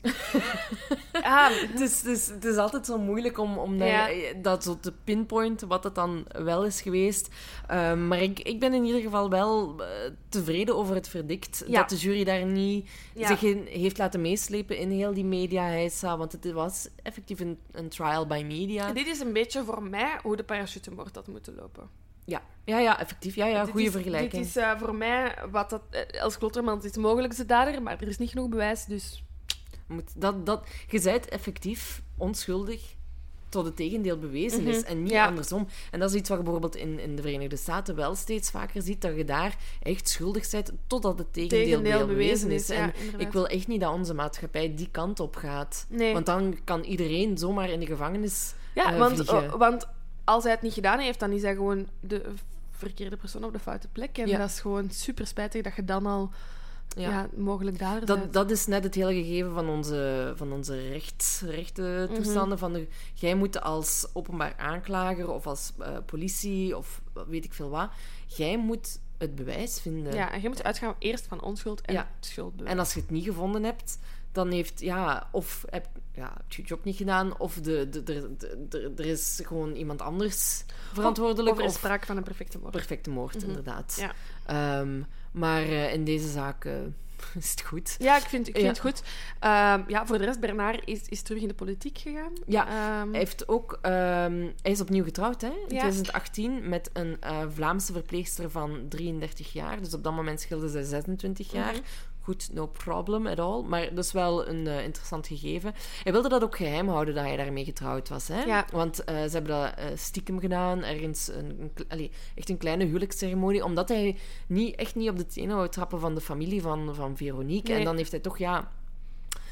Speaker 3: ah,
Speaker 2: het, is, het, is, het is altijd zo moeilijk om, om
Speaker 3: ja.
Speaker 2: daar, dat zo te pinpointen wat het dan wel is geweest. Um, maar ik, ik ben in ieder geval wel uh, tevreden over het verdict. Ja. Dat de jury daar niet ja. zich in heeft laten meeslepen in heel die media-heisa. Want het was effectief een, een trial by media.
Speaker 3: En dit is een beetje voor mij hoe de parachutemoord had moeten lopen.
Speaker 2: Ja, ja, ja effectief. Ja, ja, goede vergelijking.
Speaker 3: Dit is uh, voor mij wat dat... Uh, Els Klottermans is mogelijk de dader, maar er is niet genoeg bewijs, dus...
Speaker 2: Moet, dat, dat, je bent effectief onschuldig tot het tegendeel bewezen mm-hmm. is en niet
Speaker 3: ja.
Speaker 2: andersom. En dat is iets wat je bijvoorbeeld in, in de Verenigde Staten wel steeds vaker ziet, dat je daar echt schuldig bent totdat het tegendeel, tegendeel bewezen is. is.
Speaker 3: Ja,
Speaker 2: en ik wil echt niet dat onze maatschappij die kant op gaat.
Speaker 3: Nee.
Speaker 2: Want dan kan iedereen zomaar in de gevangenis
Speaker 3: ja,
Speaker 2: uh,
Speaker 3: want,
Speaker 2: vliegen.
Speaker 3: Uh, want als hij het niet gedaan heeft, dan is hij gewoon de verkeerde persoon op de foute plek. En ja. dat is gewoon super spijtig dat je dan al... Ja, ja, mogelijk dader
Speaker 2: dat, dat is net het hele gegeven van onze, van onze recht, rechtentoestanden. Mm-hmm. Van de, jij moet als openbaar aanklager of als uh, politie of weet ik veel wat, jij moet het bewijs vinden.
Speaker 3: Ja, en jij moet uitgaan eerst van onschuld en
Speaker 2: ja.
Speaker 3: schuldbewijs.
Speaker 2: En als je het niet gevonden hebt, dan heeft, ja, of heb, ja, heb je je job niet gedaan, of de, de, de, de, de, er is gewoon iemand anders verantwoordelijk.
Speaker 3: Of er is sprake van een perfecte moord.
Speaker 2: Perfecte moord, mm-hmm. inderdaad.
Speaker 3: Ja.
Speaker 2: Um, maar uh, in deze zaak uh, is het goed.
Speaker 3: Ja, ik vind, ik vind ja. het goed. Um, ja, voor de rest, Bernard is, is terug in de politiek gegaan.
Speaker 2: Ja, um, hij, heeft ook, um, hij is opnieuw getrouwd, hè, in
Speaker 3: ja.
Speaker 2: twintig achttien met een uh, Vlaamse verpleegster van drieëndertig jaar. Dus op dat moment scheelden zij zesentwintig jaar. Mm-hmm. Goed, no problem at all. Maar dat is wel een uh, interessant gegeven. Hij wilde dat ook geheim houden, dat hij daarmee getrouwd was. Hè?
Speaker 3: Ja.
Speaker 2: Want uh, ze hebben dat uh, stiekem gedaan. Ergens een, een, allee, echt een kleine huwelijksceremonie. Omdat hij niet, echt niet op de tenen wou trappen van de familie van, van Veronique.
Speaker 3: Nee.
Speaker 2: En dan heeft hij toch, ja...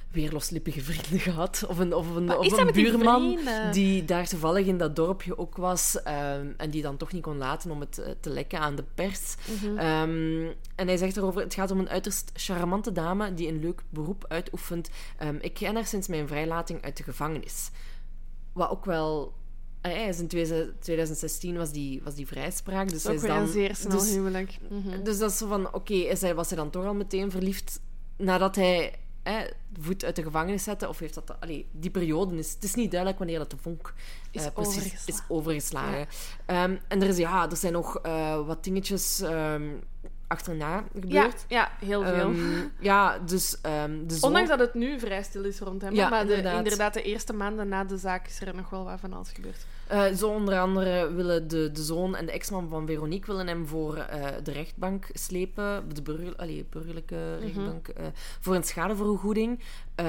Speaker 2: weer loslippige vrienden gehad. Of een, of een, of
Speaker 3: is
Speaker 2: een
Speaker 3: met die
Speaker 2: buurman
Speaker 3: vrienden?
Speaker 2: die daar toevallig in dat dorpje ook was. Um, en die dan toch niet kon laten om het uh, te lekken aan de pers.
Speaker 3: Mm-hmm.
Speaker 2: Um, en hij zegt erover, het gaat om een uiterst charmante dame die een leuk beroep uitoefent. Um, ik ken haar sinds mijn vrijlating uit de gevangenis. Wat ook wel... Hij is in twintig zestien was die, was die vrijspraak. Dus
Speaker 3: dat is ook
Speaker 2: hij is
Speaker 3: weer
Speaker 2: dan,
Speaker 3: een zeer snel
Speaker 2: dus,
Speaker 3: huwelijk. Mm-hmm.
Speaker 2: Dus dat is zo van, oké, okay, was hij dan toch al meteen verliefd nadat hij hè, voet uit de gevangenis zette? Of heeft dat... Allee, die periode is... Het is niet duidelijk wanneer dat de vonk
Speaker 3: is,
Speaker 2: uh, precies
Speaker 3: overgeslagen.
Speaker 2: is overgeslagen. Ja. Um, en er, is, ja, er zijn nog uh, wat dingetjes... Um, achterna gebeurd.
Speaker 3: Ja, ja heel veel.
Speaker 2: Um, ja, dus... Um, de zoon...
Speaker 3: Ondanks dat het nu vrij stil is rond hem.
Speaker 2: Ja,
Speaker 3: maar de,
Speaker 2: inderdaad.
Speaker 3: inderdaad, de eerste maanden na de zaak is er nog wel wat van alles gebeurd.
Speaker 2: Uh, zo onder andere willen de, de zoon en de ex-man van Veronique willen hem voor uh, de rechtbank slepen. De burger, allee, burgerlijke mm-hmm. rechtbank. Uh, voor een schadevergoeding.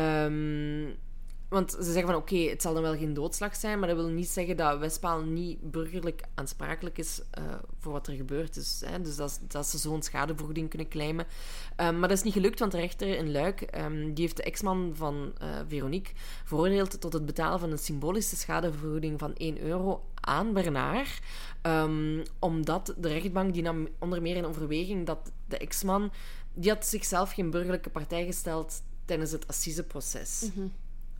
Speaker 2: Um, Want ze zeggen van, oké, okay, het zal dan wel geen doodslag zijn, maar dat wil niet zeggen dat Westpaal niet burgerlijk aansprakelijk is uh, voor wat er gebeurd is. Hè? Dus dat, dat ze zo'n schadevergoeding kunnen claimen. Um, maar dat is niet gelukt, want de rechter in Luik, um, die heeft de ex-man van uh, Veronique veroordeeld tot het betalen van een symbolische schadevergoeding van één euro aan Bernard. Um, omdat de rechtbank, die nam onder meer in overweging dat de ex-man, die had zichzelf geen burgerlijke partij gesteld tijdens het assiseproces. Mm-hmm.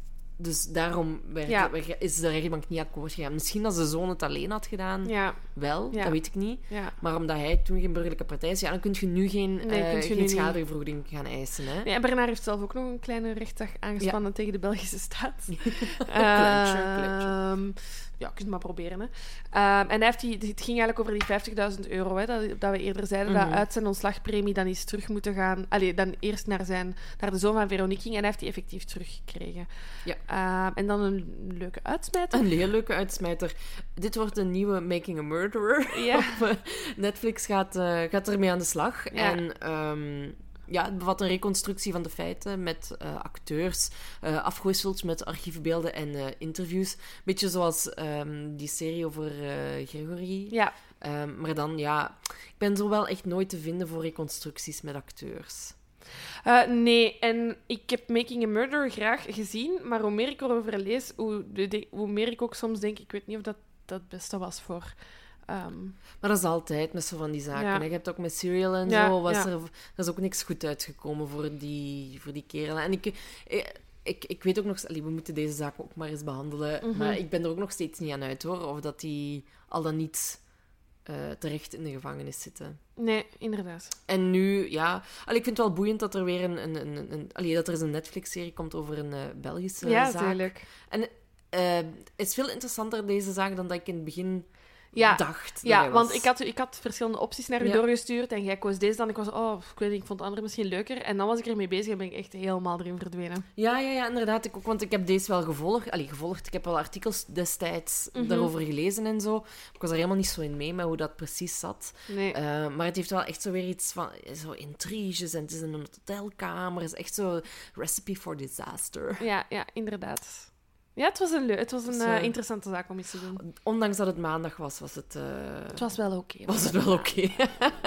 Speaker 2: Dus daarom werd, ja. is de rechtbank niet akkoord gegaan. Misschien als de zoon het alleen had gedaan, ja. wel, ja. dat weet ik niet. Ja. Maar omdat hij toen geen burgerlijke partij is, ja, dan kun je nu geen, nee, uh, geen schadevergoeding gaan eisen. Hè?
Speaker 3: Nee, Bernard heeft zelf ook nog een kleine rechtszaak aangespannen ja. tegen de Belgische staat.
Speaker 2: Kleintje, kleintje.
Speaker 3: Um, ja, je kunt het maar proberen. Hè. Um, en hij heeft die, het ging eigenlijk over die vijftigduizend euro, hè, dat, dat we eerder zeiden, mm-hmm. dat uit zijn ontslagpremie dan is terug moeten gaan. Allee, dan eerst naar, zijn, naar de zoon van Veronique ging en hij heeft die effectief teruggekregen.
Speaker 2: Ja.
Speaker 3: Um, en dan een leuke uitsmijter.
Speaker 2: Een heel leuke uitsmijter. Dit wordt een nieuwe Making a Murderer.
Speaker 3: Ja.
Speaker 2: Netflix gaat, uh, gaat ermee aan de slag.
Speaker 3: Ja.
Speaker 2: En... Um, Ja, het bevat een reconstructie van de feiten met uh, acteurs, uh, afgewisseld met archiefbeelden en uh, interviews. Beetje zoals um, die serie over uh, Gregory.
Speaker 3: Ja.
Speaker 2: Um, maar dan, ja... Ik ben zo wel echt nooit te vinden voor reconstructies met acteurs.
Speaker 3: Uh, nee, en ik heb Making a Murderer graag gezien, maar hoe meer ik erover lees, hoe, de, hoe meer ik ook soms denk, ik weet niet of dat dat het beste was voor... Um...
Speaker 2: Maar dat is altijd met zo van die zaken.
Speaker 3: Ja.
Speaker 2: Je hebt ook met Serial en
Speaker 3: ja,
Speaker 2: zo. Was
Speaker 3: ja.
Speaker 2: er, er is ook niks goed uitgekomen voor die, voor die kerel. En ik, ik, ik, ik weet ook nog... Allee, we moeten deze zaak ook maar eens behandelen. Mm-hmm. Maar ik ben er ook nog steeds niet aan uit, hoor. Of dat die al dan niet uh, terecht in de gevangenis zitten.
Speaker 3: Nee, inderdaad.
Speaker 2: En nu, ja... Allee, ik vind het wel boeiend dat er weer een... een, een, een allee, dat er eens een Netflix-serie komt over een uh, Belgische
Speaker 3: ja,
Speaker 2: zaak.
Speaker 3: Ja, tuurlijk.
Speaker 2: En uh, het is veel interessanter, deze zaak, dan dat ik in het begin...
Speaker 3: Ja,
Speaker 2: dacht.
Speaker 3: ja want ik had, ik had verschillende opties naar u
Speaker 2: ja.
Speaker 3: doorgestuurd en jij koos deze dan. Ik was, oh, ik weet niet, ik vond de andere misschien leuker. En dan was ik ermee bezig en ben ik echt helemaal erin verdwenen.
Speaker 2: Ja, ja, ja, inderdaad. Ik ook, want ik heb deze wel gevolgd. Allee, gevolgd. Ik heb wel artikels destijds mm-hmm. daarover gelezen en zo. Ik was er helemaal niet zo in mee met hoe dat precies zat.
Speaker 3: Nee.
Speaker 2: Uh, maar het heeft wel echt zo weer iets van... Zo intriges en het is in een hotelkamer. Het is echt zo recipe for disaster.
Speaker 3: Ja, ja, inderdaad. Ja, het was een, leu- het was een
Speaker 2: Zo.
Speaker 3: uh, interessante zaak om iets te doen.
Speaker 2: Ondanks dat het maandag was, was het... Uh...
Speaker 3: Het was wel oké. Okay,
Speaker 2: was het wel oké. Okay.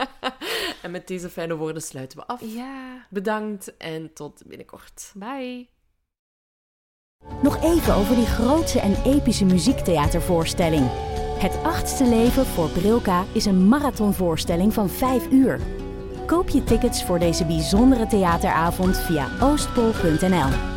Speaker 2: En met deze fijne woorden sluiten we af.
Speaker 3: Ja.
Speaker 2: Bedankt en tot binnenkort.
Speaker 3: Bye.
Speaker 1: Nog even over die grootse en epische muziektheatervoorstelling. Het achtste leven voor Brilka is een marathonvoorstelling van vijf uur. Koop je tickets voor deze bijzondere theateravond via oostpol punt n l.